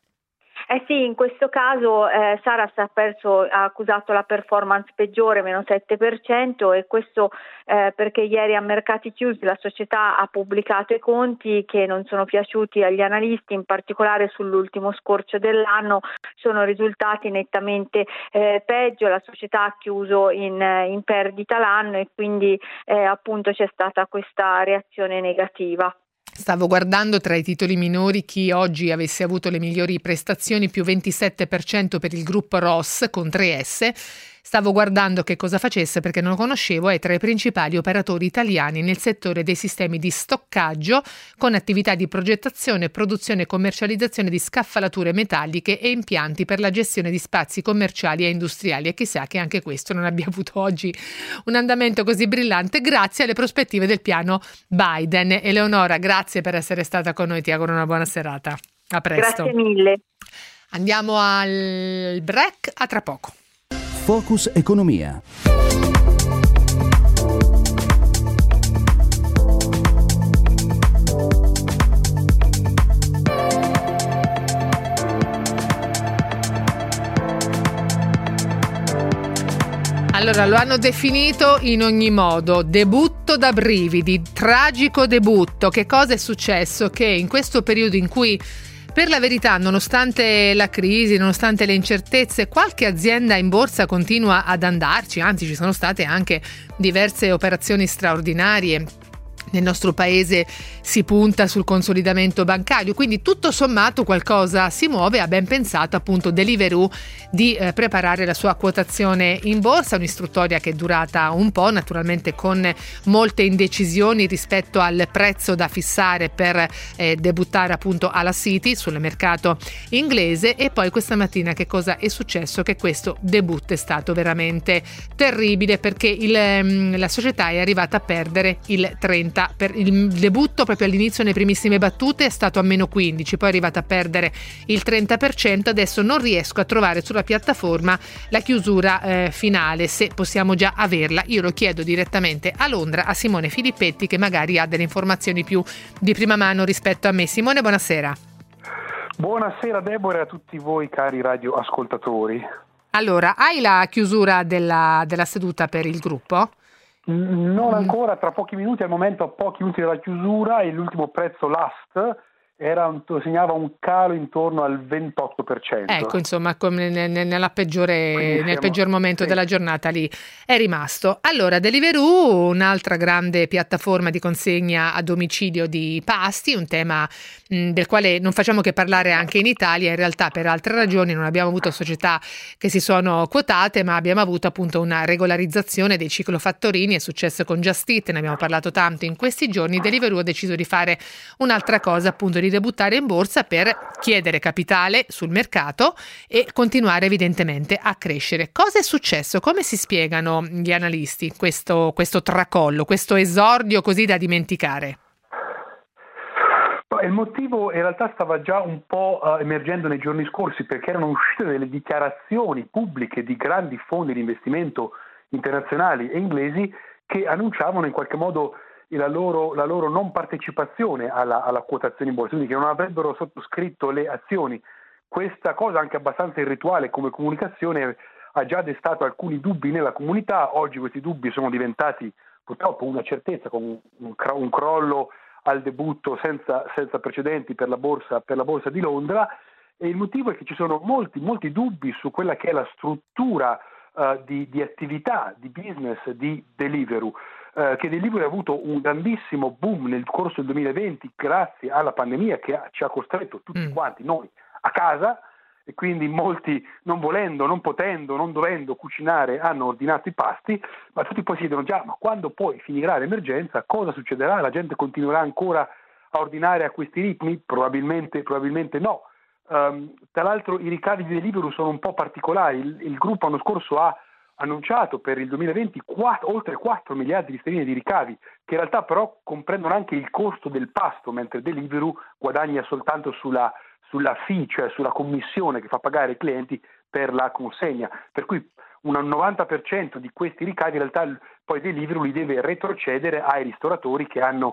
Sì, in questo caso Saras ha accusato la performance peggiore, meno 7%, e questo perché ieri a mercati chiusi la società ha pubblicato i conti che non sono piaciuti agli analisti, in particolare sull'ultimo scorcio dell'anno sono risultati nettamente peggio. La società ha chiuso in perdita l'anno e quindi appunto c'è stata questa reazione negativa. Stavo guardando tra i titoli minori chi oggi avesse avuto le migliori prestazioni, più 27% per il gruppo Ross con 3S. Stavo guardando che cosa facesse perché non lo conoscevo, è tra i principali operatori italiani nel settore dei sistemi di stoccaggio con attività di progettazione, produzione e commercializzazione di scaffalature metalliche e impianti per la gestione di spazi commerciali e industriali, e chissà che anche questo non abbia avuto oggi un andamento così brillante grazie alle prospettive del piano Biden. Eleonora, grazie per essere stata con noi, ti auguro una buona serata. A presto. Grazie mille. Andiamo al break, a tra poco. Focus Economia. Allora, lo hanno definito in ogni modo, debutto da brividi, tragico debutto. Che cosa è successo? Che in questo periodo in cui, per la verità, nonostante la crisi, nonostante le incertezze, qualche azienda in borsa continua ad andarci, anzi ci sono state anche diverse operazioni straordinarie. Nel nostro paese si punta sul consolidamento bancario, quindi tutto sommato qualcosa si muove. Ha ben pensato appunto Deliveroo di preparare la sua quotazione in borsa, un'istruttoria che è durata un po', naturalmente con molte indecisioni rispetto al prezzo da fissare per debuttare appunto alla City sul mercato inglese. E poi questa mattina che cosa è successo? Che questo debutto è stato veramente terribile, perché la società è arrivata a perdere il 30%. Per il debutto proprio all'inizio, nelle primissime battute, è stato a meno 15%, poi è arrivata a perdere il 30%. Adesso non riesco a trovare sulla piattaforma la chiusura finale, se possiamo già averla. Io lo chiedo direttamente a Londra a Simone Filippetti, che magari ha delle informazioni più di prima mano rispetto a me. Simone, buonasera. Buonasera Deborah e a tutti voi cari radioascoltatori. Allora, hai la chiusura della seduta per il gruppo? Non ancora, tra pochi minuti, al momento a pochi minuti dalla chiusura, e l'ultimo prezzo last segnava un calo intorno al 28%. Ecco, insomma, come nel peggior momento della giornata lì è rimasto. Allora, Deliveroo, un'altra grande piattaforma di consegna a domicilio di pasti, un tema del quale non facciamo che parlare anche in Italia. In realtà, per altre ragioni, non abbiamo avuto società che si sono quotate, ma abbiamo avuto appunto una regolarizzazione dei ciclofattorini. È successo con Just Eat, ne abbiamo parlato tanto in questi giorni. Deliveroo ha deciso di fare un'altra cosa, appunto di debuttare in borsa per chiedere capitale sul mercato e continuare evidentemente a crescere. Cosa è successo? Come si spiegano gli analisti questo tracollo, questo esordio così da dimenticare? Il motivo in realtà stava già un po' emergendo nei giorni scorsi, perché erano uscite delle dichiarazioni pubbliche di grandi fondi di investimento internazionali e inglesi che annunciavano in qualche modo la loro non partecipazione alla quotazione in borsa, quindi che non avrebbero sottoscritto le azioni. Questa cosa, anche abbastanza irrituale come comunicazione, ha già destato alcuni dubbi nella comunità. Oggi questi dubbi sono diventati purtroppo una certezza, con un crollo al debutto senza precedenti per la borsa di Londra, e il motivo è che ci sono molti dubbi su quella che è la struttura di attività, di business di Deliveroo. Che Deliveroo ha avuto un grandissimo boom nel corso del 2020 grazie alla pandemia che ci ha costretto tutti quanti noi a casa, e quindi molti, non volendo, non potendo, non dovendo cucinare, hanno ordinato i pasti, ma tutti poi si chiedono già, ma quando poi finirà l'emergenza cosa succederà? La gente continuerà ancora a ordinare a questi ritmi? Probabilmente no. Tra l'altro i ricavi di Deliveroo sono un po' particolari. Il gruppo l'anno scorso ha annunciato per il 2020 oltre 4 miliardi di sterline di ricavi, che in realtà però comprendono anche il costo del pasto, mentre Deliveroo guadagna soltanto sulla fee, cioè sulla commissione che fa pagare ai clienti per la consegna, per cui un 90% di questi ricavi in realtà poi Deliveroo li deve retrocedere ai ristoratori che hanno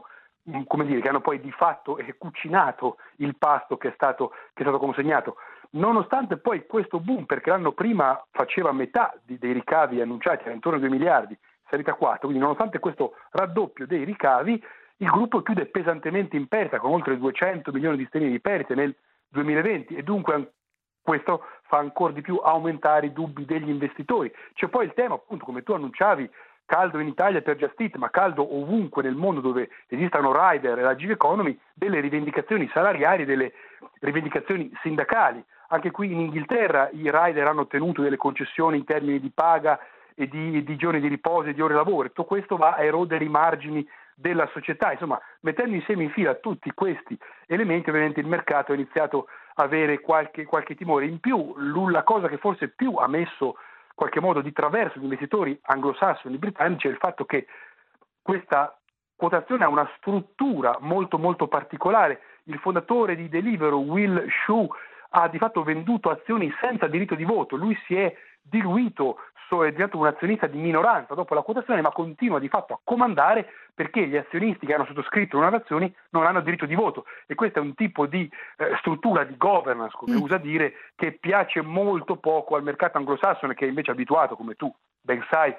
poi di fatto cucinato il pasto che è stato consegnato. Nonostante poi questo boom, perché l'anno prima faceva metà dei ricavi annunciati, era intorno ai 2 miliardi, salita a 4, quindi nonostante questo raddoppio dei ricavi, il gruppo chiude pesantemente in perdita, con oltre 200 milioni di sterline di perdite nel 2020, e dunque questo fa ancora di più aumentare i dubbi degli investitori. C'è poi il tema, appunto, come tu annunciavi, caldo in Italia per Just Eat, ma caldo ovunque nel mondo dove esistano rider e la gig economy, delle rivendicazioni salariali, delle rivendicazioni sindacali. Anche qui in Inghilterra i rider hanno ottenuto delle concessioni in termini di paga e di giorni di riposo e di ore di lavoro. Tutto questo va a erodere i margini della società. Insomma, mettendo insieme in fila tutti questi elementi, ovviamente il mercato ha iniziato a avere qualche timore. In più, la cosa che forse più ha messo in qualche modo di traverso gli investitori anglosassoni britannici è il fatto che questa quotazione ha una struttura molto molto particolare. Il fondatore di Deliveroo, Will Shu, ha di fatto venduto azioni senza diritto di voto. Lui si è diluito, è diventato un azionista di minoranza dopo la quotazione, ma continua di fatto a comandare perché gli azionisti che hanno sottoscritto una azioni non hanno diritto di voto, e questo è un tipo di struttura di governance, come usa dire, che piace molto poco al mercato anglosassone, che è invece abituato, come tu ben sai,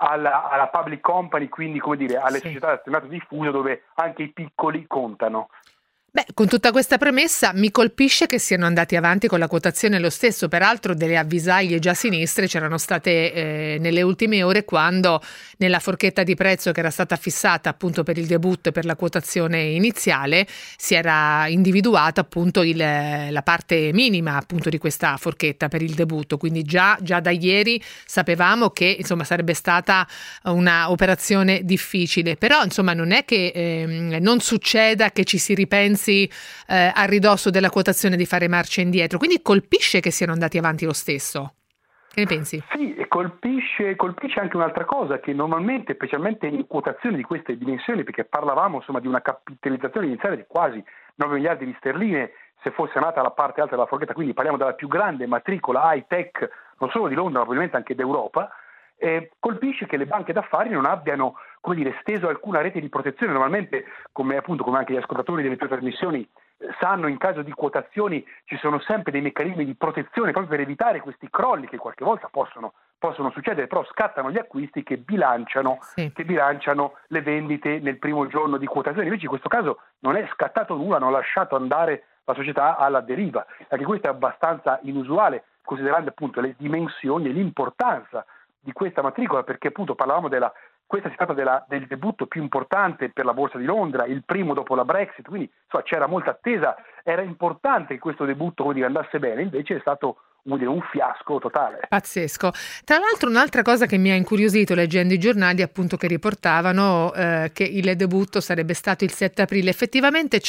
alla public company, quindi come dire alle società d'azionato diffuse dove anche i piccoli contano. Beh, con tutta questa premessa mi colpisce che siano andati avanti con la quotazione lo stesso. Peraltro delle avvisaglie già sinistre c'erano state nelle ultime ore, quando nella forchetta di prezzo che era stata fissata appunto per il debutto e per la quotazione iniziale si era individuata appunto la parte minima appunto di questa forchetta per il debutto. Quindi già da ieri sapevamo che insomma sarebbe stata una operazione difficile, però insomma non è che non succeda che ci si ripensi a ridosso della quotazione di fare marcia indietro, quindi colpisce che siano andati avanti lo stesso. Che ne pensi? Sì, e colpisce anche un'altra cosa, che normalmente, specialmente in quotazioni di queste dimensioni, perché parlavamo insomma di una capitalizzazione iniziale di quasi 9 miliardi di sterline se fosse nata la parte alta della forchetta, quindi parliamo della più grande matricola high tech non solo di Londra ma probabilmente anche d'Europa. Colpisce che le banche d'affari non abbiano, come dire, steso alcuna rete di protezione. Normalmente, come anche gli ascoltatori delle tue trasmissioni sanno, in caso di quotazioni ci sono sempre dei meccanismi di protezione proprio per evitare questi crolli che qualche volta possono possono succedere, però scattano gli acquisti che bilanciano le vendite nel primo giorno di quotazione. Invece in questo caso non è scattato nulla, hanno lasciato andare la società alla deriva. Anche questo è abbastanza inusuale, considerando appunto le dimensioni e l'importanza di questa matricola, perché appunto parlavamo questa si tratta del debutto più importante per la Borsa di Londra, il primo dopo la Brexit, quindi c'era molta attesa, era importante che questo debutto andasse bene, invece è stato un fiasco totale. Pazzesco. Tra l'altro un'altra cosa che mi ha incuriosito leggendo i giornali, appunto, che riportavano che il debutto sarebbe stato il 7 aprile. Effettivamente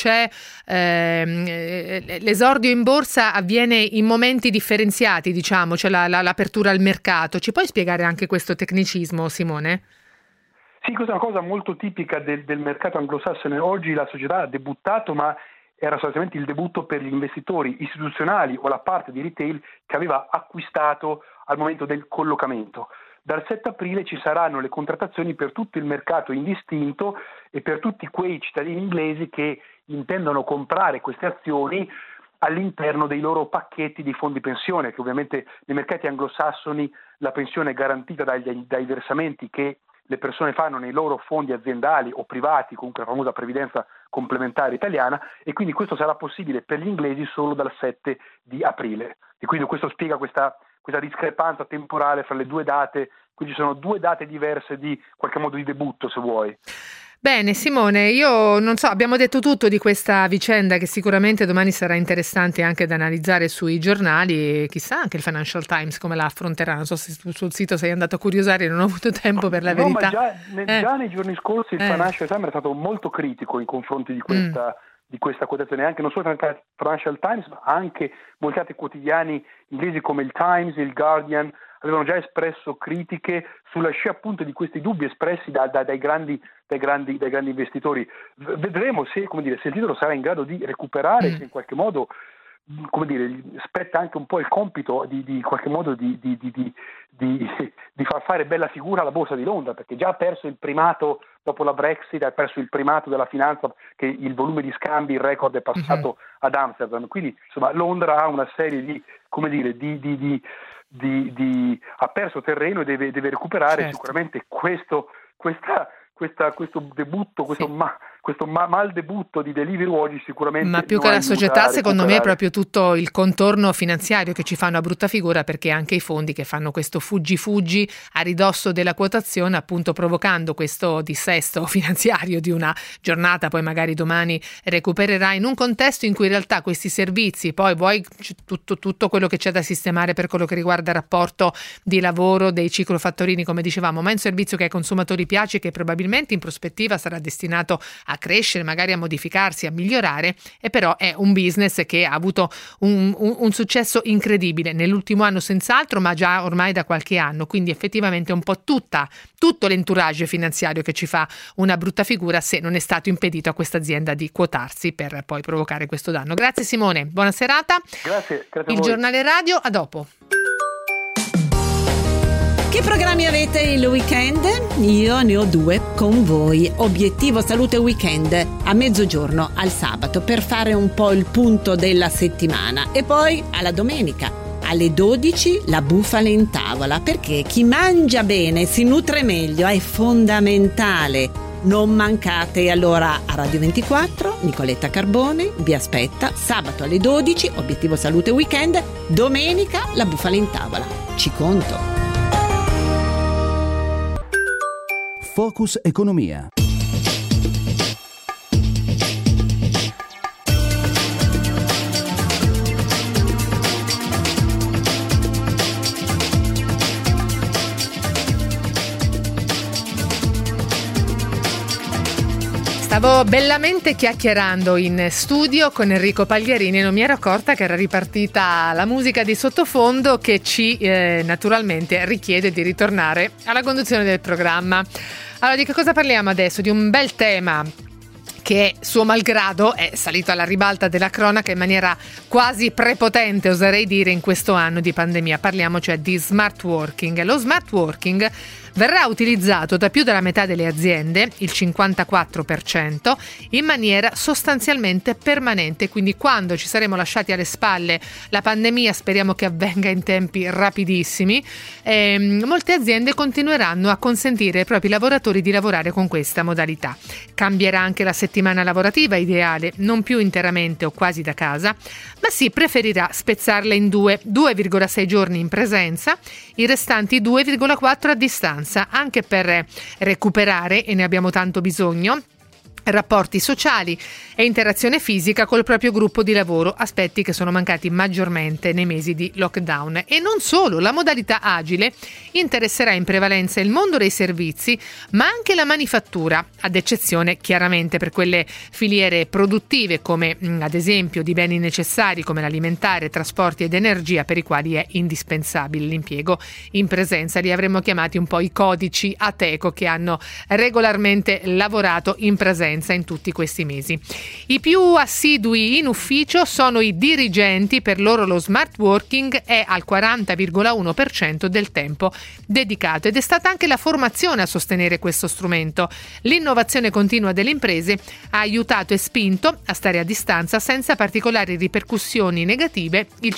l'esordio in borsa avviene in momenti differenziati, diciamo, c'è l'apertura al mercato. Ci puoi spiegare anche questo tecnicismo, Simone? Sì, questa è una cosa molto tipica del mercato anglosassone. Oggi la società ha debuttato, ma era solitamente il debutto per gli investitori istituzionali o la parte di retail che aveva acquistato al momento del collocamento. Dal 7 aprile ci saranno le contrattazioni per tutto il mercato indistinto e per tutti quei cittadini inglesi che intendono comprare queste azioni all'interno dei loro pacchetti di fondi pensione, che ovviamente nei mercati anglosassoni la pensione è garantita dai versamenti che le persone fanno nei loro fondi aziendali o privati, comunque la famosa previdenza complementare italiana, e quindi questo sarà possibile per gli inglesi solo dal 7 di aprile. E quindi questo spiega questa discrepanza temporale fra le due date, quindi ci sono due date diverse di qualche modo di debutto, se vuoi. Bene Simone, io non so, abbiamo detto tutto di questa vicenda che sicuramente domani sarà interessante anche da analizzare sui giornali, chissà anche il Financial Times come la affronterà, non so se sul sito sei andato a curiosare, non ho avuto tempo per la verità. Ma già nei giorni scorsi il Financial Times è stato molto critico nei confronti di questa quotazione, anche non solo il Financial Times ma anche molti altri quotidiani inglesi come il Times, il Guardian avevano già espresso critiche sulla scia appunto di questi dubbi espressi dai grandi investitori. Vedremo se il titolo sarà in grado di recuperare, se in qualche modo spetta anche un po' il compito di qualche modo di far fare bella figura alla Borsa di Londra, perché già ha perso il primato dopo la Brexit, ha perso il primato della finanza, che il volume di scambi, il record è passato ad Amsterdam. Quindi insomma Londra ha una serie ha perso terreno e deve recuperare. Certo. Sicuramente questo debutto, questo mal debutto di Delivery oggi sicuramente. Ma più che la società, secondo me, è proprio tutto il contorno finanziario che ci fa una brutta figura, perché anche i fondi che fanno questo fuggi a ridosso della quotazione, appunto provocando questo dissesto finanziario di una giornata, poi magari domani recupererà, in un contesto in cui in realtà questi servizi, poi vuoi tutto quello che c'è da sistemare per quello che riguarda il rapporto di lavoro dei ciclofattorini, come dicevamo, ma è un servizio che ai consumatori piace, che probabilmente in prospettiva sarà destinato a crescere, magari a modificarsi, a migliorare, e però è un business che ha avuto un successo incredibile nell'ultimo anno senz'altro, ma già ormai da qualche anno, quindi effettivamente è un po' tutto l'entourage finanziario che ci fa una brutta figura, se non è stato impedito a questa azienda di quotarsi per poi provocare questo danno. Grazie Simone, buona serata. Grazie a voi. Il giornale radio, a dopo. Che programmi avete il weekend? Io ne ho due con voi. Obiettivo Salute Weekend a mezzogiorno al sabato per fare un po' il punto della settimana, e poi alla domenica alle 12 la bufala in tavola, perché chi mangia bene si nutre meglio, è fondamentale. Non mancate. Allora a Radio 24 Nicoletta Carbone vi aspetta sabato alle 12, Obiettivo Salute Weekend, domenica la bufala in tavola. Ci conto. Focus Economia. Stavo bellamente chiacchierando in studio con Enrico Pagliarini e non mi ero accorta che era ripartita la musica di sottofondo che ci naturalmente richiede di ritornare alla conduzione del programma. Allora, di che cosa parliamo adesso? Di un bel tema che suo malgrado è salito alla ribalta della cronaca in maniera quasi prepotente, oserei dire, in questo anno di pandemia. Parliamo cioè di smart working. Lo smart working verrà utilizzato da più della metà delle aziende, il 54%, in maniera sostanzialmente permanente. Quindi quando ci saremo lasciati alle spalle la pandemia, speriamo che avvenga in tempi rapidissimi, molte aziende continueranno a consentire ai propri lavoratori di lavorare con questa modalità. Cambierà anche la settimana lavorativa ideale, non più interamente o quasi da casa, ma si preferirà spezzarla in 2,6 giorni in presenza, i restanti 2,4 a distanza, anche per recuperare, e ne abbiamo tanto bisogno, rapporti sociali e interazione fisica col proprio gruppo di lavoro, aspetti che sono mancati maggiormente nei mesi di lockdown. E non solo, la modalità agile interesserà in prevalenza il mondo dei servizi, ma anche la manifattura, ad eccezione chiaramente per quelle filiere produttive come ad esempio di beni necessari come l'alimentare, trasporti ed energia, per i quali è indispensabile l'impiego in presenza. Li avremmo chiamati un po' i codici Ateco, che hanno regolarmente lavorato in presenza in tutti questi mesi. I più assidui in ufficio sono i dirigenti, per loro lo smart working è al 40,1% del tempo dedicato, ed è stata anche la formazione a sostenere questo strumento. L'innovazione continua delle imprese ha aiutato e spinto a stare a distanza senza particolari ripercussioni negative il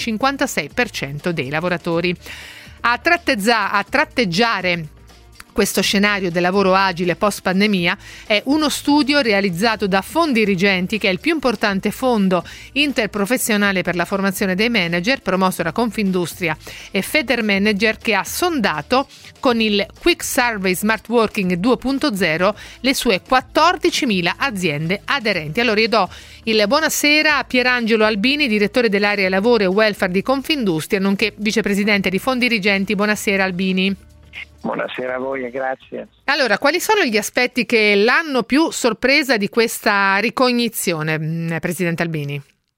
56% dei lavoratori. A tratteggiare questo scenario del lavoro agile post pandemia è uno studio realizzato da Fondirigenti, che è il più importante fondo interprofessionale per la formazione dei manager, promosso da Confindustria e Federmanager, che ha sondato con il Quick Survey Smart Working 2.0 le sue 14.000 aziende aderenti. Allora io do il buonasera a Pierangelo Albini, direttore dell'area lavoro e welfare di Confindustria, nonché vicepresidente di Fondirigenti. Buonasera Albini. Buonasera a voi e grazie. Allora, quali sono gli aspetti che l'hanno più sorpresa di questa ricognizione, Presidente Albini?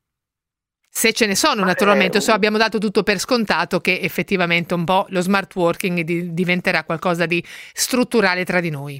Se ce ne sono, naturalmente. Abbiamo dato tutto per scontato che effettivamente un po' lo smart working diventerà qualcosa di strutturale tra di noi.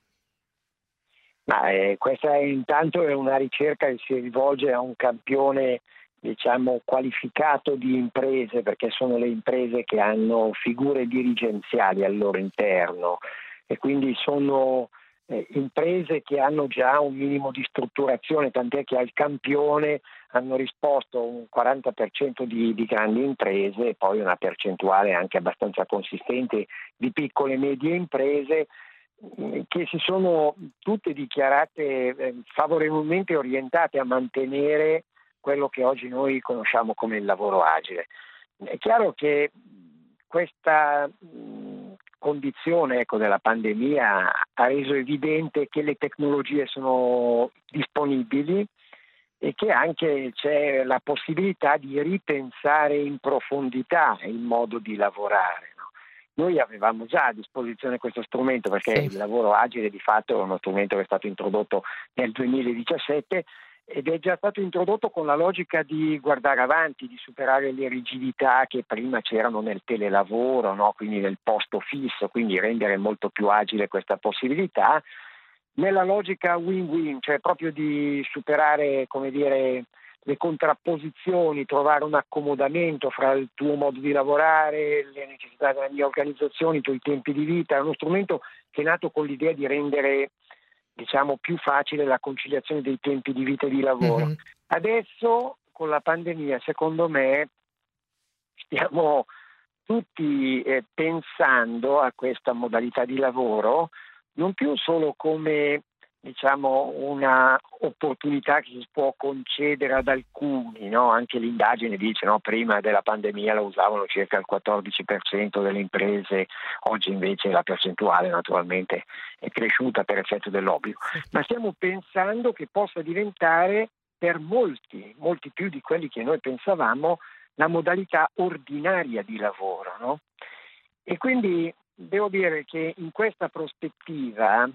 Questa intanto è una ricerca che si rivolge a un campione, diciamo, qualificato di imprese, perché sono le imprese che hanno figure dirigenziali al loro interno, e quindi sono imprese che hanno già un minimo di strutturazione, tant'è che al campione hanno risposto un 40% di grandi imprese e poi una percentuale anche abbastanza consistente di piccole e medie imprese, che si sono tutte dichiarate favorevolmente orientate a mantenere quello che oggi noi conosciamo come il lavoro agile. È chiaro che questa condizione della pandemia ha reso evidente che le tecnologie sono disponibili e che anche c'è la possibilità di ripensare in profondità il modo di lavorare. Noi avevamo già a disposizione questo strumento, perché il lavoro agile di fatto è uno strumento che è stato introdotto nel 2017 ed è già stato introdotto con la logica di guardare avanti, di superare le rigidità che prima c'erano nel telelavoro, no? Quindi nel posto fisso, quindi rendere molto più agile questa possibilità, nella logica win-win, cioè proprio di superare, come dire, le contrapposizioni, trovare un accomodamento fra il tuo modo di lavorare, le necessità della mia organizzazione, i tuoi tempi di vita. È uno strumento che è nato con l'idea di rendere, diciamo, più facile la conciliazione dei tempi di vita e di lavoro. Mm-hmm. Adesso, con la pandemia, secondo me, stiamo tutti pensando a questa modalità di lavoro non più solo come, diciamo, una opportunità che si può concedere ad alcuni, no? Anche l'indagine dice, no, prima della pandemia la usavano circa il 14% delle imprese, oggi invece la percentuale naturalmente è cresciuta per effetto dell'obbligo, ma stiamo pensando che possa diventare per molti più di quelli che noi pensavamo la modalità ordinaria di lavoro, no? E quindi devo dire che in questa prospettiva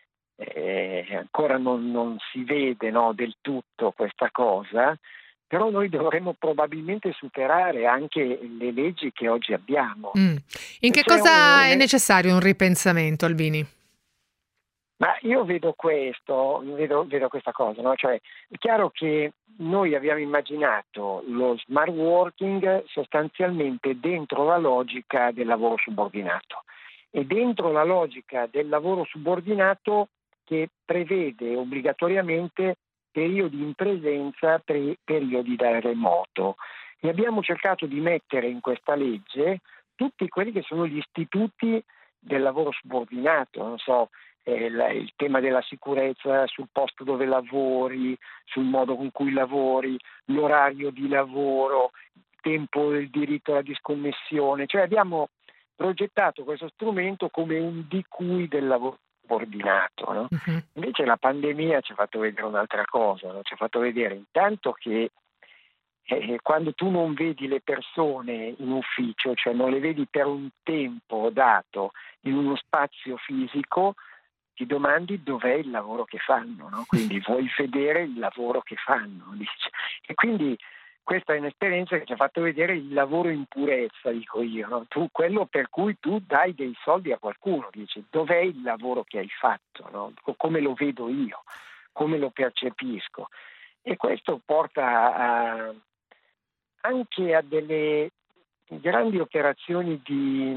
ancora non si vede, no, del tutto questa cosa, però noi dovremmo probabilmente superare anche le leggi che oggi abbiamo. In che cosa è necessario un ripensamento, Albini? Ma io vedo questa cosa, no? Cioè, è chiaro che noi abbiamo immaginato lo smart working sostanzialmente dentro la logica del lavoro subordinato. e dentro la logica del lavoro subordinato che prevede obbligatoriamente periodi in presenza, periodi da remoto. E abbiamo cercato di mettere in questa legge tutti quelli che sono gli istituti del lavoro subordinato, non so, il tema della sicurezza sul posto dove lavori, sul modo con cui lavori, l'orario di lavoro, il tempo del diritto alla disconnessione, cioè abbiamo progettato questo strumento come un di cui del lavoro subordinato, no? Mhm. Invece la pandemia ci ha fatto vedere un'altra cosa, no? Ci ha fatto vedere intanto che quando tu non vedi le persone in ufficio, cioè non le vedi per un tempo dato in uno spazio fisico, ti domandi dov'è il lavoro che fanno, no? Quindi vuoi vedere il lavoro che fanno, dice. E quindi questa è un'esperienza che ci ha fatto vedere il lavoro in purezza, dico io, no? Quello per cui tu dai dei soldi a qualcuno, dici dov'è il lavoro che hai fatto, no? Come lo vedo io, come lo percepisco. E questo porta anche a delle grandi operazioni di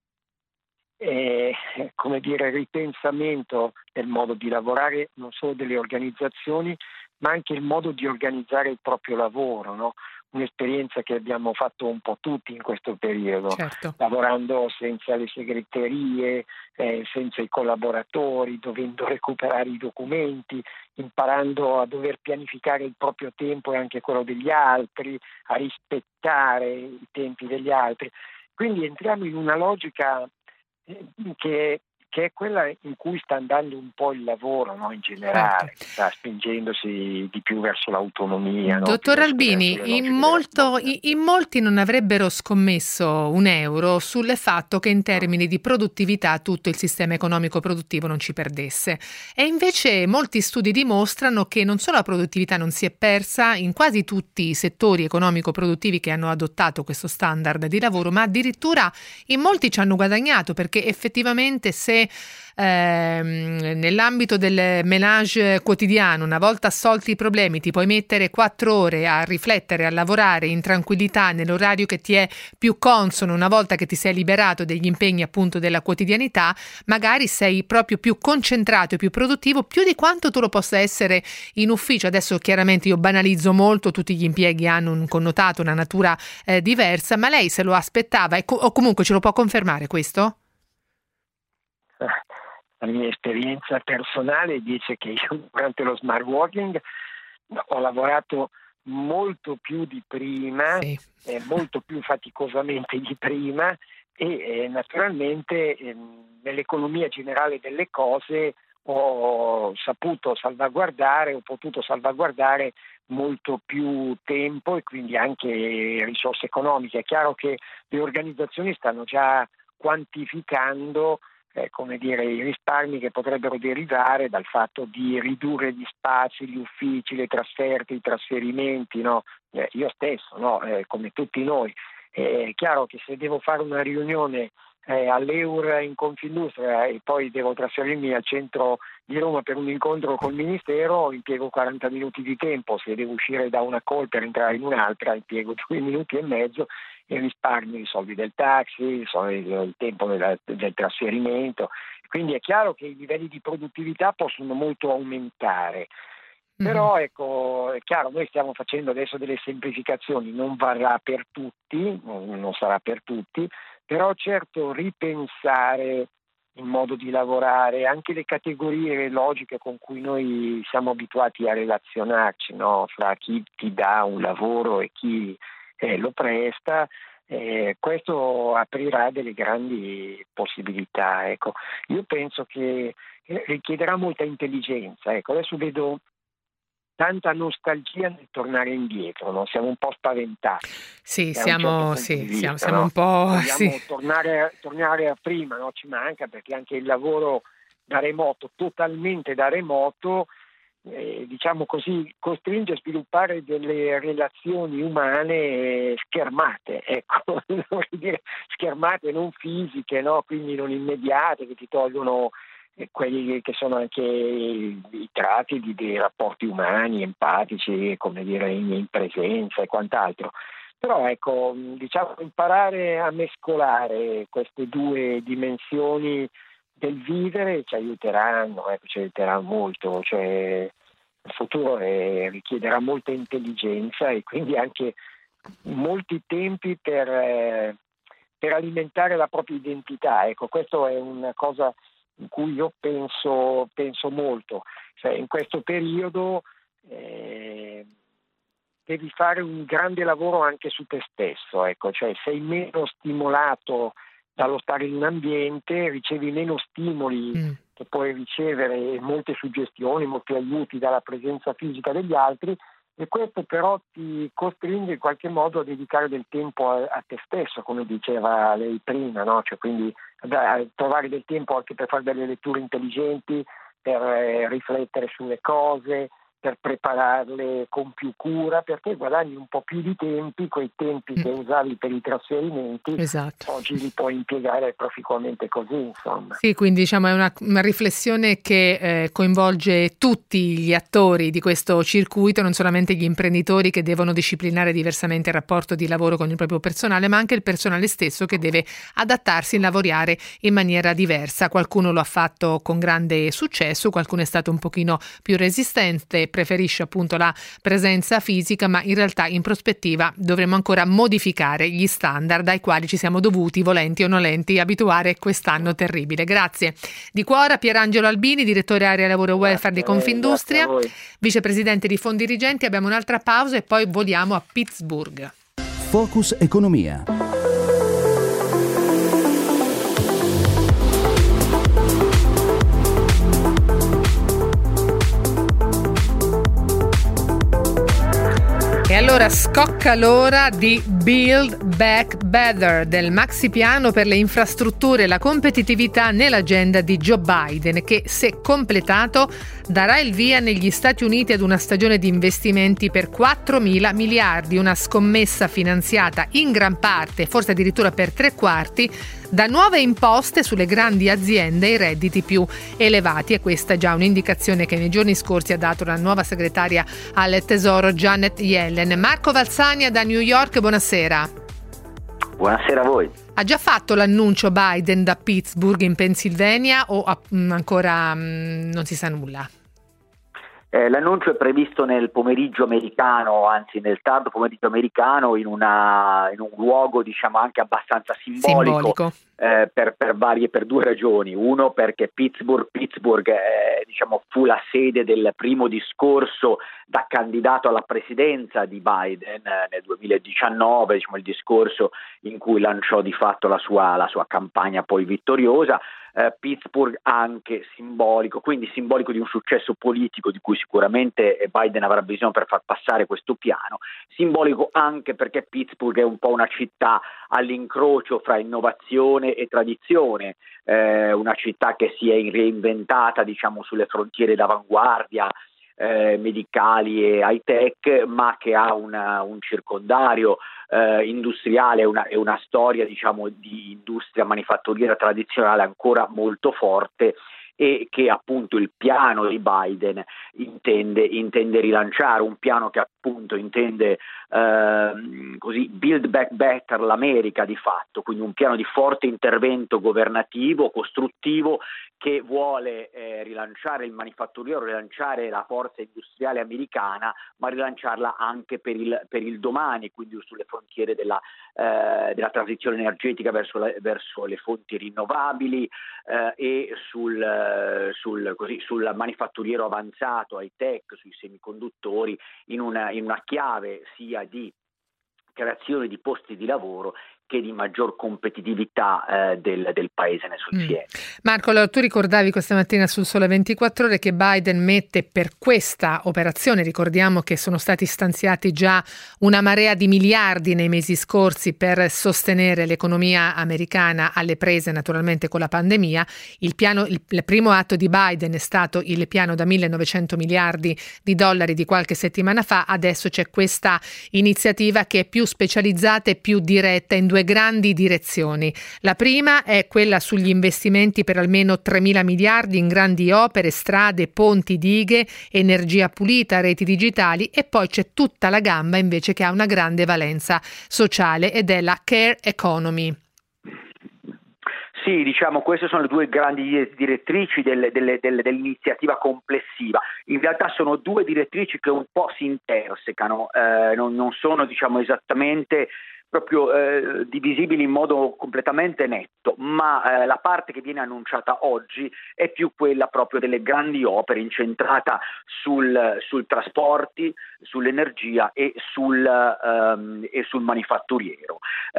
ripensamento del modo di lavorare, non solo delle organizzazioni, ma anche il modo di organizzare il proprio lavoro, no? Un'esperienza che abbiamo fatto un po' tutti in questo periodo, Certo. lavorando senza le segreterie, senza i collaboratori, dovendo recuperare i documenti, imparando a dover pianificare il proprio tempo e anche quello degli altri, a rispettare i tempi degli altri. Quindi entriamo in una logica che è quella in cui sta andando un po' il lavoro, no, in generale, Certo. sta spingendosi di più verso l'autonomia. Dottor no? Più verso Albini, le in logiche della molti non avrebbero scommesso un euro sul fatto che in termini di produttività tutto il sistema economico produttivo non ci perdesse. E invece molti studi dimostrano che non solo la produttività non si è persa in quasi tutti i settori economico-produttivi che hanno adottato questo standard di lavoro, ma addirittura in molti ci hanno guadagnato, perché effettivamente se nell'ambito del ménage quotidiano, una volta assolti i problemi, ti puoi mettere 4 ore a riflettere, a lavorare in tranquillità nell'orario che ti è più consono, una volta che ti sei liberato degli impegni appunto della quotidianità, magari sei proprio più concentrato e più produttivo, più di quanto tu lo possa essere in ufficio. Adesso chiaramente io banalizzo molto, tutti gli impieghi hanno un connotato, una natura diversa, ma lei se lo aspettava o comunque ce lo può confermare questo? La mia esperienza personale dice che io durante lo smart working ho lavorato molto più di prima, Sì. molto più faticosamente di prima e naturalmente nell'economia generale delle cose ho potuto salvaguardare molto più tempo e quindi anche risorse economiche. È chiaro che le organizzazioni stanno già quantificando i risparmi che potrebbero derivare dal fatto di ridurre gli spazi, gli uffici, le trasferte, i trasferimenti, no? Io stesso, no? Come tutti noi. È chiaro che se devo fare una riunione all'Eur in Confindustria e poi devo trasferirmi al centro di Roma per un incontro col Ministero, impiego 40 minuti di tempo. Se devo uscire da una call per entrare in un'altra, impiego 2 minuti e mezzo e risparmio i soldi del taxi, il tempo del trasferimento. Quindi è chiaro che i livelli di produttività possono molto aumentare. Però ecco, è chiaro, noi stiamo facendo adesso delle semplificazioni, non varrà per tutti, non sarà per tutti, però certo ripensare il modo di lavorare, anche le categorie logiche con cui noi siamo abituati a relazionarci, no? Fra chi ti dà un lavoro e chi lo presta, questo aprirà delle grandi possibilità. Ecco. Io penso che richiederà molta intelligenza. Ecco, adesso vedo tanta nostalgia nel tornare indietro, no? Siamo un po' spaventati. Sì, siamo no? un po'... Vogliamo tornare a prima, no? Ci manca, perché anche il lavoro da remoto, totalmente da remoto, diciamo così, costringe a sviluppare delle relazioni umane schermate, ecco, vorrei dire schermate, non fisiche, no? Quindi non immediate, che ti tolgono quelli che sono anche i tratti dei rapporti umani, empatici, come dire, in presenza e quant'altro. Però ecco, diciamo, imparare a mescolare queste due dimensioni del vivere ci aiuterà molto, cioè il futuro richiederà molta intelligenza e quindi anche molti tempi per alimentare la propria identità. Ecco, questo è una cosa in cui io penso molto. Cioè, in questo periodo devi fare un grande lavoro anche su te stesso, ecco, cioè sei meno stimolato dallo stare in un ambiente, ricevi meno stimoli che puoi ricevere, molte suggestioni, molti aiuti dalla presenza fisica degli altri, e questo però ti costringe in qualche modo a dedicare del tempo a te stesso, come diceva lei prima, no? Cioè, quindi a trovare del tempo anche per fare delle letture intelligenti, per riflettere sulle cose, per prepararle con più cura, perché guadagni un po' più di tempi, quei tempi che usavi per i trasferimenti, esatto. Oggi li puoi impiegare proficuamente così, insomma. Sì, quindi diciamo è una riflessione che coinvolge tutti gli attori di questo circuito, non solamente gli imprenditori che devono disciplinare diversamente il rapporto di lavoro con il proprio personale, ma anche il personale stesso che deve adattarsi e lavorare in maniera diversa. Qualcuno lo ha fatto con grande successo, qualcuno è stato un pochino più resistente, preferisce appunto la presenza fisica, ma in realtà in prospettiva dovremo ancora modificare gli standard ai quali ci siamo dovuti, volenti o nolenti, abituare quest'anno terribile. Grazie di cuore a Pierangelo Albini, direttore area lavoro e welfare di Confindustria, vicepresidente di Fondirigenti. Abbiamo un'altra pausa e poi voliamo a Pittsburgh. Focus Economia. E allora scocca l'ora di Build Back Better, del maxi piano per le infrastrutture e la competitività nell'agenda di Joe Biden, che, se completato, darà il via negli Stati Uniti ad una stagione di investimenti per 4.000 miliardi, una scommessa finanziata in gran parte, forse addirittura per 3/4, da nuove imposte sulle grandi aziende e i redditi più elevati. E questa è già un'indicazione che nei giorni scorsi ha dato la nuova segretaria al Tesoro Janet Yellen. Marco Valsania da New York, buonasera. Buonasera a voi. Ha già fatto l'annuncio Biden da Pittsburgh in Pennsylvania o ancora non si sa nulla? L'annuncio è previsto nel pomeriggio americano, anzi nel tardo pomeriggio americano, in un luogo diciamo anche abbastanza simbolico. Per due ragioni. Uno, perché Pittsburgh diciamo fu la sede del primo discorso da candidato alla presidenza di Biden nel 2019, diciamo il discorso in cui lanciò di fatto la sua campagna poi vittoriosa. Pittsburgh anche simbolico, quindi simbolico di un successo politico di cui sicuramente Biden avrà bisogno per far passare questo piano, simbolico anche perché Pittsburgh è un po' una città all'incrocio fra innovazione e tradizione, una città che si è reinventata diciamo sulle frontiere d'avanguardia medicali e high tech, ma che ha un circondario industriale e una storia diciamo di industria manifatturiera tradizionale ancora molto forte, e che appunto il piano di Biden intende rilanciare, un piano che appunto intende build back better l'America di fatto, quindi un piano di forte intervento governativo, costruttivo, che vuole rilanciare il manifatturiero, rilanciare la forza industriale americana, ma rilanciarla anche per il domani, quindi sulle frontiere della transizione energetica verso le fonti rinnovabili e sul manifatturiero avanzato, high tech, sui semiconduttori, in una chiave sia di creazione di posti di lavoro che di maggior competitività del paese nel suo insieme. Marco, allora, tu ricordavi questa mattina sul Sole 24 Ore che Biden mette per questa operazione, ricordiamo che sono stati stanziati già una marea di miliardi nei mesi scorsi per sostenere l'economia americana alle prese naturalmente con la pandemia. Il primo atto di Biden è stato il piano da 1.900 miliardi di dollari di qualche settimana fa. Adesso c'è questa iniziativa che è più specializzata e più diretta in due due grandi direzioni. La prima è quella sugli investimenti per almeno 3.000 miliardi in grandi opere, strade, ponti, dighe, energia pulita, reti digitali, e poi c'è tutta la gamba invece che ha una grande valenza sociale ed è la care economy. Sì, diciamo, queste sono le due grandi direttrici dell'iniziativa complessiva. In realtà sono due direttrici che un po' si intersecano, non sono, diciamo, esattamente proprio divisibili in modo completamente netto, ma la parte che viene annunciata oggi è più quella proprio delle grandi opere, incentrata sul trasporti, sull'energia e sul manifatturiero.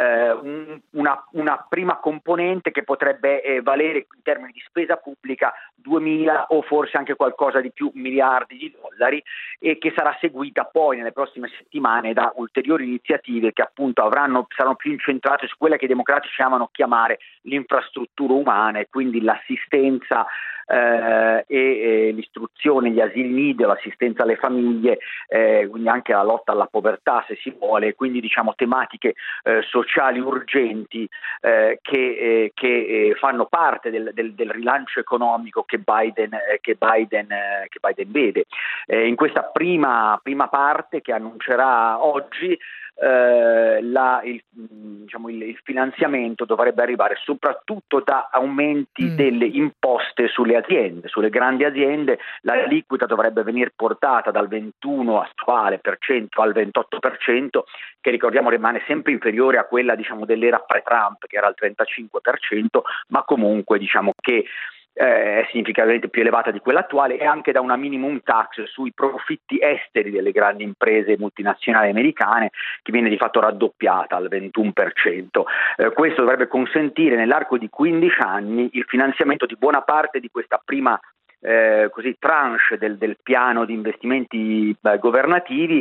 Una prima componente che potrebbe valere in termini di spesa pubblica 2.000 o forse anche qualcosa di più miliardi di dollari, e che sarà seguita poi nelle prossime settimane da ulteriori iniziative che appunto saranno più incentrate su quelle che i democratici amano chiamare l'infrastruttura umana, e quindi l'assistenza e l'istruzione, gli asili nido, l'assistenza alle famiglie, quindi anche la lotta alla povertà se si vuole, quindi diciamo tematiche sociali urgenti che fanno parte del rilancio economico che Biden vede. In questa prima parte che annuncerà oggi, il finanziamento dovrebbe arrivare soprattutto da aumenti delle imposte sulle aziende, sulle grandi aziende. La liquida dovrebbe venire portata dal 21% attuale al 28%, che ricordiamo rimane sempre inferiore a quella, diciamo, dell'era pre-Trump, che era al 35%, ma comunque diciamo che è significativamente più elevata di quella attuale, e anche da una minimum tax sui profitti esteri delle grandi imprese multinazionali americane, che viene di fatto raddoppiata al 21%. Questo dovrebbe consentire nell'arco di 15 anni il finanziamento di buona parte di questa prima tranche del piano di investimenti governativi.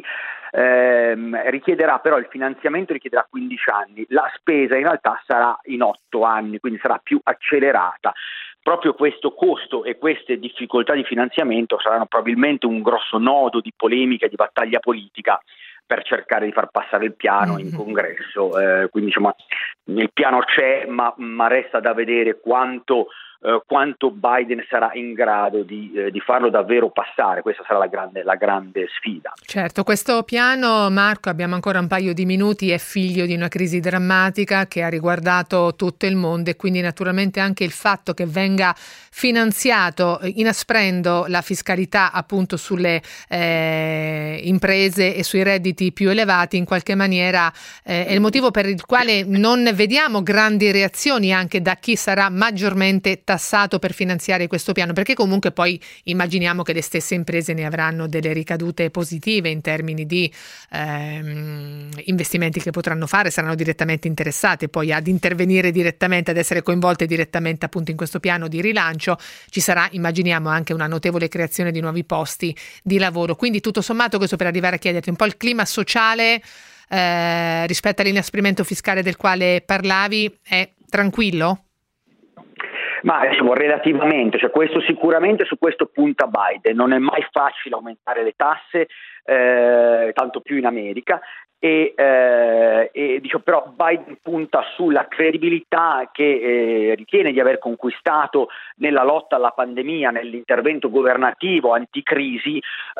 Il finanziamento richiederà 15 anni, la spesa in realtà sarà in 8 anni, quindi sarà più accelerata. Proprio questo costo e queste difficoltà di finanziamento saranno probabilmente un grosso nodo di polemica e di battaglia politica per cercare di far passare il piano in congresso. Quindi diciamo, il piano c'è, ma resta da vedere quanto Biden sarà in grado di farlo davvero passare. Questa sarà la grande sfida. Certo, questo piano, Marco, abbiamo ancora un paio di minuti, è figlio di una crisi drammatica che ha riguardato tutto il mondo, e quindi naturalmente anche il fatto che venga finanziato inasprendo la fiscalità appunto sulle imprese e sui redditi più elevati in qualche maniera è il motivo per il quale non vediamo grandi reazioni anche da chi sarà maggiormente tassato per finanziare questo piano, perché comunque poi immaginiamo che le stesse imprese ne avranno delle ricadute positive in termini di investimenti che potranno fare, saranno direttamente interessate poi ad intervenire direttamente, ad essere coinvolte direttamente appunto in questo piano di rilancio. Ci sarà, immaginiamo, anche una notevole creazione di nuovi posti di lavoro. Quindi tutto sommato, questo per arrivare a chiederti un po' il clima sociale rispetto all'inasprimento fiscale del quale parlavi, è tranquillo? Ma diciamo, relativamente, cioè questo sicuramente, su questo punta Biden. Non è mai facile aumentare le tasse, tanto più in America, e diciamo, però Biden punta sulla credibilità che ritiene di aver conquistato nella lotta alla pandemia, nell'intervento governativo anticrisi,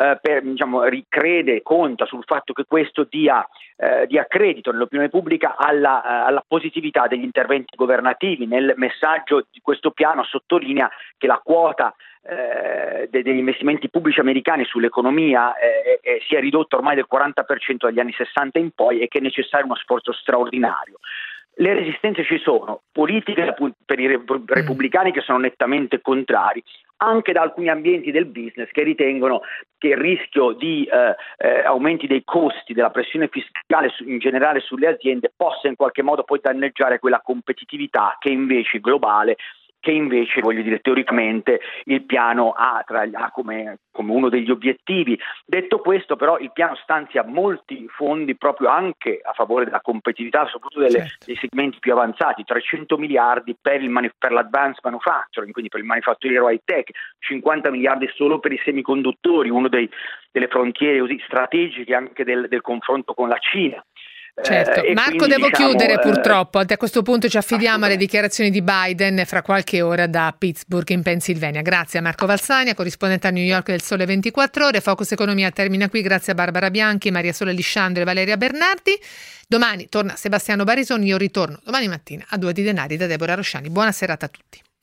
conta sul fatto che questo dia credito nell'opinione pubblica alla positività degli interventi governativi. Nel messaggio di questo piano sottolinea che la quota degli investimenti pubblici americani sull'economia si è ridotta ormai del 40% dagli anni 60 in poi, e che è necessario uno sforzo straordinario. Le resistenze ci sono, politiche per i repubblicani che sono nettamente contrari, anche da alcuni ambienti del business che ritengono che il rischio di aumenti dei costi, della pressione fiscale in generale sulle aziende, possa in qualche modo poi danneggiare quella competitività che invece globale, che invece, voglio dire, teoricamente il piano ha come uno degli obiettivi. Detto questo, però, il piano stanzia molti fondi proprio anche a favore della competitività, soprattutto dei segmenti più avanzati, 300 miliardi per l'advanced manufacturing, quindi per il manifatturiero high tech, 50 miliardi solo per i semiconduttori, uno delle frontiere così strategiche anche del confronto con la Cina. Certo. Marco, quindi, devo chiudere purtroppo. A questo punto ci affidiamo alle dichiarazioni di Biden fra qualche ora da Pittsburgh in Pennsylvania. Grazie a Marco Valsania, corrispondente a New York del Sole 24 Ore. Focus Economia termina qui. Grazie a Barbara Bianchi, Maria Sole Lisciandro e Valeria Bernardi. Domani torna Sebastiano Barisoni. Io ritorno domani mattina a 2 di Denari da Deborah Rosciani. Buona serata a tutti.